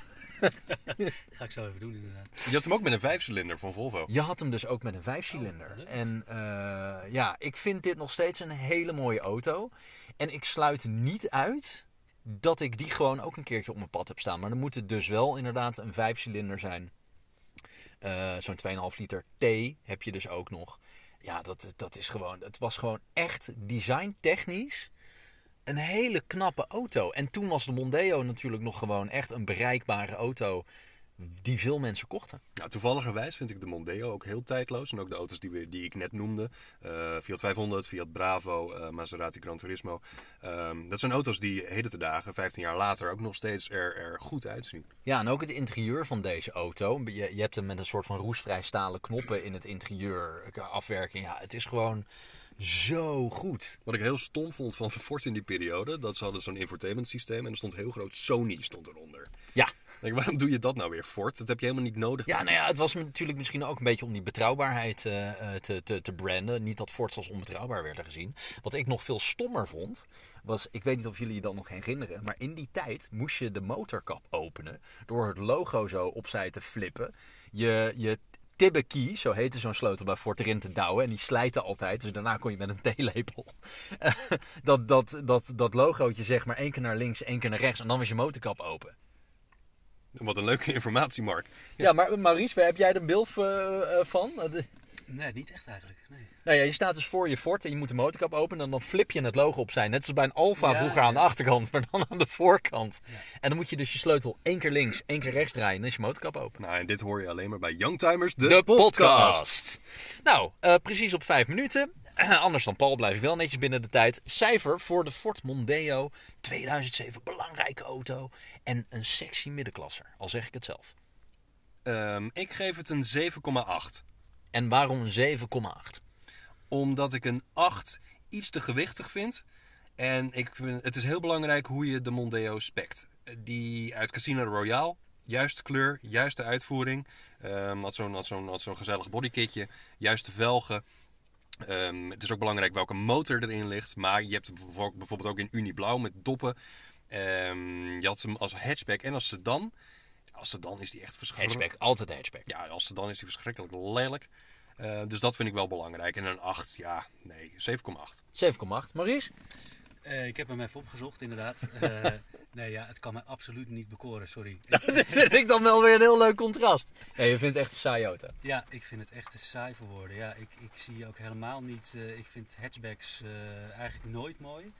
Ga ik zo even doen inderdaad. Je had hem ook met een 5-cilinder van Volvo. Je had hem dus ook met een 5-cilinder. En ik vind dit nog steeds een hele mooie auto. En ik sluit niet uit dat ik die gewoon ook een keertje op mijn pad heb staan. Maar dan moet het dus wel inderdaad een 5-cilinder zijn. Zo'n 2,5 liter T heb je dus ook nog. Ja, dat is gewoon... Het was gewoon echt designtechnisch een hele knappe auto. En toen was de Mondeo natuurlijk nog gewoon echt een bereikbare auto die veel mensen kochten. Nou, toevalligerwijs vind ik de Mondeo ook heel tijdloos. En ook de auto's die ik net noemde. Fiat 500, Fiat Bravo, Maserati Gran Turismo. Dat zijn auto's die heden te dagen, 15 jaar later, ook nog steeds er goed uitzien. Ja, en ook het interieur van deze auto. Je hebt hem met een soort van roestvrij stalen knoppen in het interieur afwerking. Ja, het is gewoon zo goed. Wat ik heel stom vond van Ford in die periode, dat ze hadden zo'n infotainment systeem en er stond heel groot Sony stond eronder. Ja. Denk, waarom doe je dat nou weer, Ford? Dat heb je helemaal niet nodig. Ja, nou ja, het was natuurlijk misschien ook een beetje om die betrouwbaarheid te branden. Niet dat Ford als onbetrouwbaar werden gezien. Wat ik nog veel stommer vond, was, ik weet niet of jullie je dat nog herinneren, maar in die tijd moest je de motorkap openen door het logo zo opzij te flippen. Je Tibbe key, zo heette zo'n sleutel bij Ford, erin te douwen. En die slijten altijd, dus daarna kon je met een theelepel dat logootje zeg maar 1 keer naar links, 1 keer naar rechts. En dan was je motorkap open. Wat een leuke informatie, Mark. Ja, maar Maurice, heb jij er een beeld van? Nee, niet echt eigenlijk. Nee. Nou ja, je staat dus voor je Ford en je moet de motorkap openen en dan flip je het logo opzij. Net zoals bij een Alfa vroeger aan de achterkant, maar dan aan de voorkant. Ja. En dan moet je dus je sleutel 1 keer links, 1 keer rechts draaien en dan is je motorkap open. Nou, en dit hoor je alleen maar bij Youngtimers, de podcast. Nou, precies op 5 minuten. Anders dan Paul blijf ik wel netjes binnen de tijd. Cijfer voor de Ford Mondeo 2007. Belangrijke auto en een sexy middenklasser, al zeg ik het zelf. Ik geef het een 7,8. En waarom een 7,8? Omdat ik een 8 iets te gewichtig vind. En ik vind, het is heel belangrijk hoe je de Mondeo spect. Die uit Casino Royale, juiste kleur, juiste uitvoering. Had zo'n gezellig bodykitje, juiste velgen. Het is ook belangrijk welke motor erin ligt. Maar je hebt het bijvoorbeeld ook in Uniblauw met doppen. Je had hem als hatchback en als sedan. Als sedan is die echt verschrikkelijk. Hatchback, altijd hatchback. Ja, als sedan is die verschrikkelijk lelijk. Dus dat vind ik wel belangrijk. En een 8, ja, nee, 7,8. 7,8. Maurice? Ik heb hem even opgezocht, inderdaad. Nee, ja, het kan mij absoluut niet bekoren, sorry. Dat vind ik dan wel weer een heel leuk contrast. Nee, je vindt het echt een saaie auto. Ja, ik vind het echt te saai voor woorden. Ja, ik zie ook helemaal niet... ik vind hatchbacks eigenlijk nooit mooi.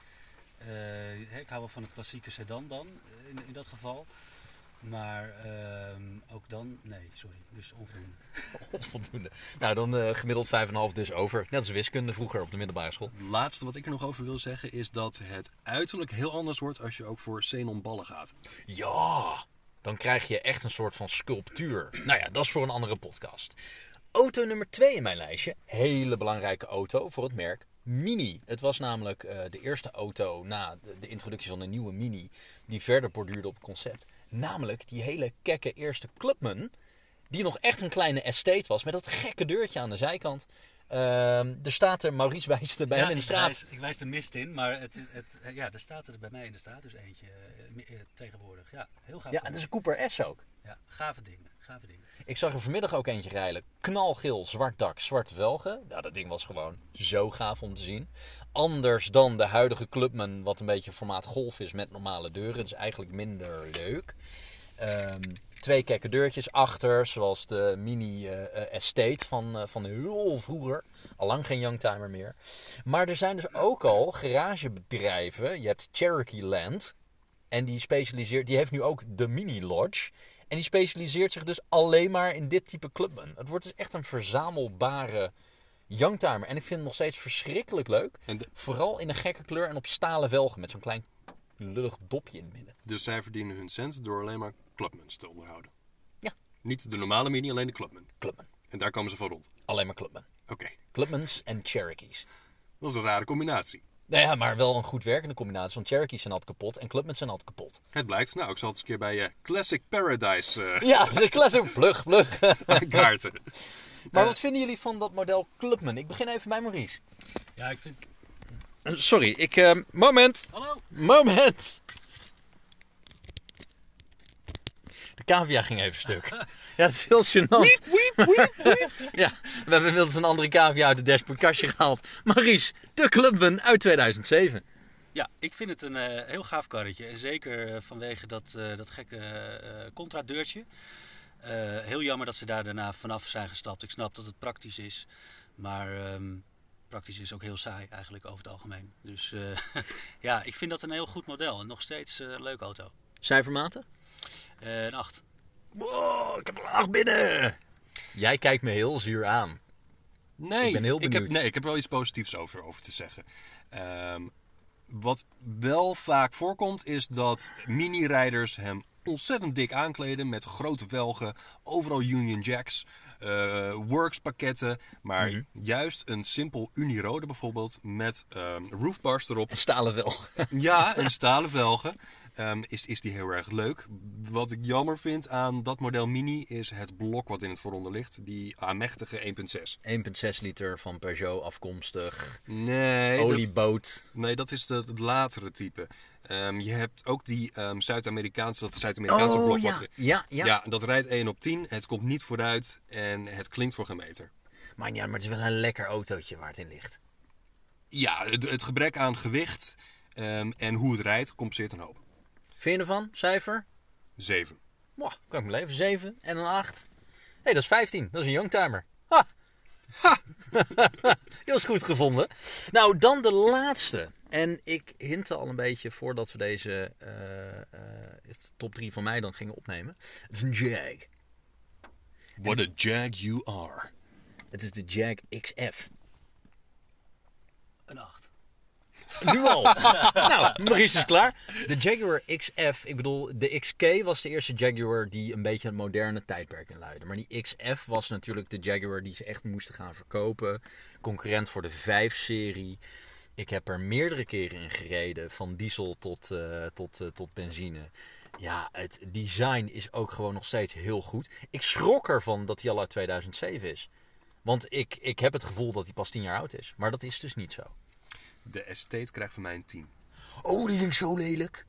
Ik hou wel van het klassieke sedan dan, in dat geval. Maar ook dan, nee, sorry. Dus onvoldoende. Onvoldoende. Nou, dan gemiddeld 5,5 dus over. Net als wiskunde vroeger op de middelbare school. Het laatste wat ik er nog over wil zeggen is dat het uiterlijk heel anders wordt als je ook voor xenonballen gaat. Ja, dan krijg je echt een soort van sculptuur. Nou ja, dat is voor een andere podcast. Auto nummer 2 in mijn lijstje. Hele belangrijke auto voor het merk Mini. Het was namelijk de eerste auto na de introductie van de nieuwe Mini die verder borduurde op het concept. Namelijk die hele kekke eerste Clubman, die nog echt een kleine estate was met dat gekke deurtje aan de zijkant. Er staat er, Maurice wijst er bij hem in de straat. Ik wijs de mist in, maar er staat er bij mij in de straat dus eentje tegenwoordig. Ja, heel gaaf. Ja, en dat is een Cooper S ook. Ja, gave dingen. Ik zag er vanmiddag ook eentje rijden. Knalgeel, zwart dak, zwarte velgen. Nou, dat ding was gewoon zo gaaf om te zien. Anders dan de huidige Clubman, wat een beetje formaat Golf is met normale deuren. Het is eigenlijk minder leuk. 2 kekke deurtjes achter, zoals de Mini Estate van heel vroeger. Allang geen Youngtimer meer. Maar er zijn dus ook al garagebedrijven. Je hebt Cherokee Land. En die heeft nu ook de Mini Lodge. En die specialiseert zich dus alleen maar in dit type Clubman. Het wordt dus echt een verzamelbare Youngtimer. En ik vind het nog steeds verschrikkelijk leuk. Vooral in een gekke kleur en op stalen velgen met zo'n klein lullig dopje in het midden. Dus zij verdienen hun cent door alleen maar Clubmans te onderhouden? Ja. Niet de normale Mini, alleen de Clubman? Clubman. En daar komen ze van rond? Alleen maar Clubman. Oké. Clubmans en Cherokees. Dat is een rare combinatie. Nou ja, maar wel een goed werkende combinatie. Want Cherokees zijn altijd kapot en Clubmans zijn altijd kapot. Het blijkt. Nou, ik zal het eens een keer bij Classic Paradise ja, de classic plug. kaarten. Maar wat vinden jullie van dat model Clubman? Ik begin even bij Maurice. Ja, ik vind... Sorry, moment. Hallo. Moment. De cavia ging even stuk. Ja, dat is heel gênant. Ja, we hebben inmiddels een andere cavia uit het dashboardkastje gehaald. Maurice, de Clubman uit 2007. Ja, ik vind het een heel gaaf karretje. En zeker vanwege dat gekke contradeurtje. Heel jammer dat ze daar daarna vanaf zijn gestapt. Ik snap dat het praktisch is. Maar praktisch is ook heel saai eigenlijk over het algemeen. Dus ja, ik vind dat een heel goed model. En nog steeds een leuke auto. Cijfermatig? Een 8. Wow, ik heb een 8 binnen. Jij kijkt me heel zuur aan. Nee, ik ben heel benieuwd. Ik heb wel iets positiefs over te zeggen. Wat wel vaak voorkomt is dat mini-rijders hem ontzettend dik aankleden met grote velgen, overal Union Jacks, Works pakketten, maar juist een simpel Unirode bijvoorbeeld met roofbars erop. Stalen velgen. Ja, en stalen velgen. is die heel erg leuk. Wat ik jammer vind aan dat model Mini is het blok wat in het vooronder ligt. Die aanmächtige 1.6. 1,6 liter van Peugeot afkomstig. Nee, Olieboot. dat is het latere type. Je hebt ook die Zuid-Amerikaanse blok. Ja. Dat rijdt 1 op 10. Het komt niet vooruit en het klinkt voor geen meter. Maar ja, maar het is wel een lekker autootje waar het in ligt. Ja, het gebrek aan gewicht en hoe het rijdt compenseert een hoop. Vind je ervan? Cijfer? 7. Mwah, kan ik me leven. 7 en een 8. Hé, dat is 15. Dat is een youngtimer. Ha! Heel is goed gevonden. Nou, dan de laatste. En ik hintte al een beetje voordat we deze top 3 van mij dan gingen opnemen. Het is een Jag. What a Jag you are. Het is de Jag XF. Een 8. Nu al. Nou, Maurice is klaar. De Jaguar XF, ik bedoel, de XK was de eerste Jaguar die een beetje een moderne tijdperk inluidde. Maar die XF was natuurlijk de Jaguar die ze echt moesten gaan verkopen. Concurrent voor de 5-serie. Ik heb er meerdere keren in gereden, van diesel tot benzine. Ja, het design is ook gewoon nog steeds heel goed. Ik schrok ervan dat hij al uit 2007 is. Want ik heb het gevoel dat hij pas 10 jaar oud is. Maar dat is dus niet zo. De Estate krijgt van mij een 10. Oh, die vind ik zo lelijk.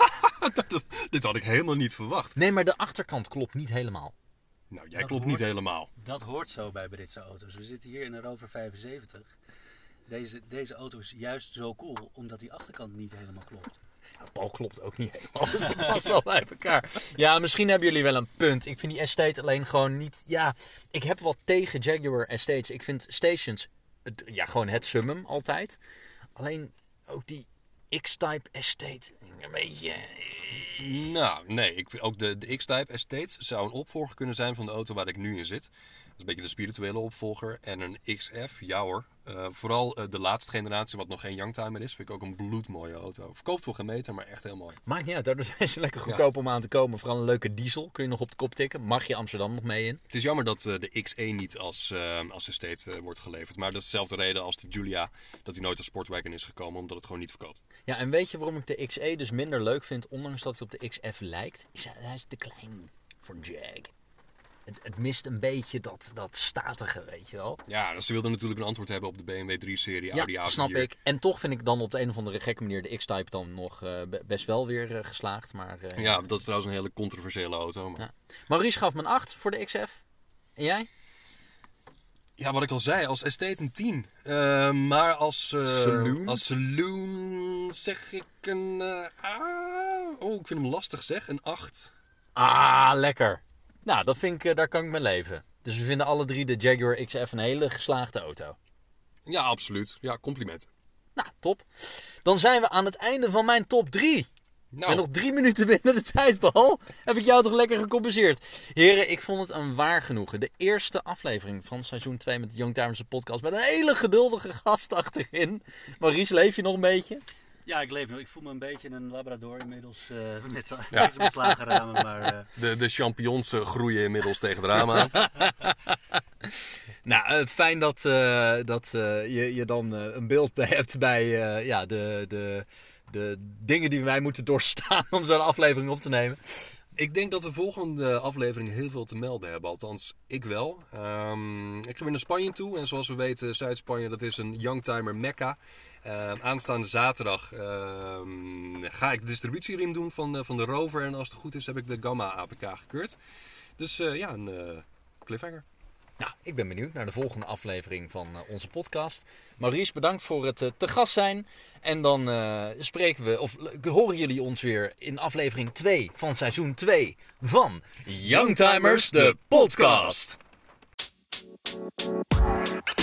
Dit had ik helemaal niet verwacht. Nee, maar de achterkant klopt niet helemaal. Nou, jij klopt niet helemaal. Dat hoort zo bij Britse auto's. We zitten hier in een Rover 75. Deze auto is juist zo cool, omdat die achterkant niet helemaal klopt. Nou, Paul klopt ook niet helemaal, dus het past wel bij elkaar. Ja, misschien hebben jullie wel een punt. Ik vind die Estate alleen gewoon niet... Ja, ik heb wat tegen Jaguar Estates. Ik vind Stations gewoon het summum altijd. Alleen ook die X-Type Estate, een beetje... Nou, nee. Ook de X-Type Estates zou een opvolger kunnen zijn van de auto waar ik nu in zit. Dat is een beetje de spirituele opvolger. En een XF, ja hoor. Vooral de laatste generatie, wat nog geen youngtimer is, vind ik ook een bloedmooie auto. Verkoopt voor geen meter, maar echt heel mooi. Maakt niet uit, daardoor zijn ze lekker goedkoop om aan te komen. Vooral een leuke diesel, kun je nog op de kop tikken. Mag je Amsterdam nog mee in? Het is jammer dat de X1 niet als estate wordt geleverd. Maar dat is dezelfde reden als de Giulia, dat die nooit als sportwagen is gekomen, omdat het gewoon niet verkoopt. Ja, en weet je waarom ik de XE dus minder leuk vind, ondanks dat hij op de XF lijkt? Hij is te klein voor een Jag. Het mist een beetje dat statige, weet je wel. Ja, ze wilden natuurlijk een antwoord hebben op de BMW 3-serie Audi A4. Ja, snap ik. En toch vind ik dan op de een of andere gekke manier de X-Type dan nog best wel weer geslaagd. Maar, ja, dat is trouwens een hele controversiële auto. Maar... Ja. Maurice gaf me een 8 voor de XF. En jij? Ja, wat ik al zei, als estate een 10. Maar als saloon zeg ik een... ik vind hem lastig zeg, een 8. Ah, lekker. Nou, dat vind ik, daar kan ik mee leven. Dus we vinden alle drie de Jaguar XF een hele geslaagde auto. Ja, absoluut. Ja, complimenten. Nou, top. Dan zijn we aan het einde van mijn top 3. Nou. En nog 3 minuten binnen de tijd, Paul. Heb ik jou toch lekker gecompenseerd. Heren, ik vond het een waar genoegen. De eerste aflevering van seizoen 2 met de Youngtimers podcast. Met een hele geduldige gast achterin. Maurice, leef je nog een beetje? Ja, ik leef nog. Ik voel me een beetje een labrador inmiddels met deze beslagen ramen. Maar, De champignons groeien inmiddels tegen het raam aan. Nou, fijn dat je dan een beeld bij hebt bij de dingen die wij moeten doorstaan om zo'n aflevering op te nemen. Ik denk dat we volgende aflevering heel veel te melden hebben. Althans, ik wel. Ik ga weer naar Spanje toe. En zoals we weten, Zuid-Spanje, dat is een youngtimer mekka. Aanstaande zaterdag ga ik de distributieriem doen van de Rover. En als het goed is, heb ik de Gamma APK gekeurd. Dus een cliffhanger. Nou, ik ben benieuwd naar de volgende aflevering van onze podcast. Maurice, bedankt voor het te gast zijn. En dan horen jullie ons weer in aflevering 2 van seizoen 2 van Youngtimers, de podcast.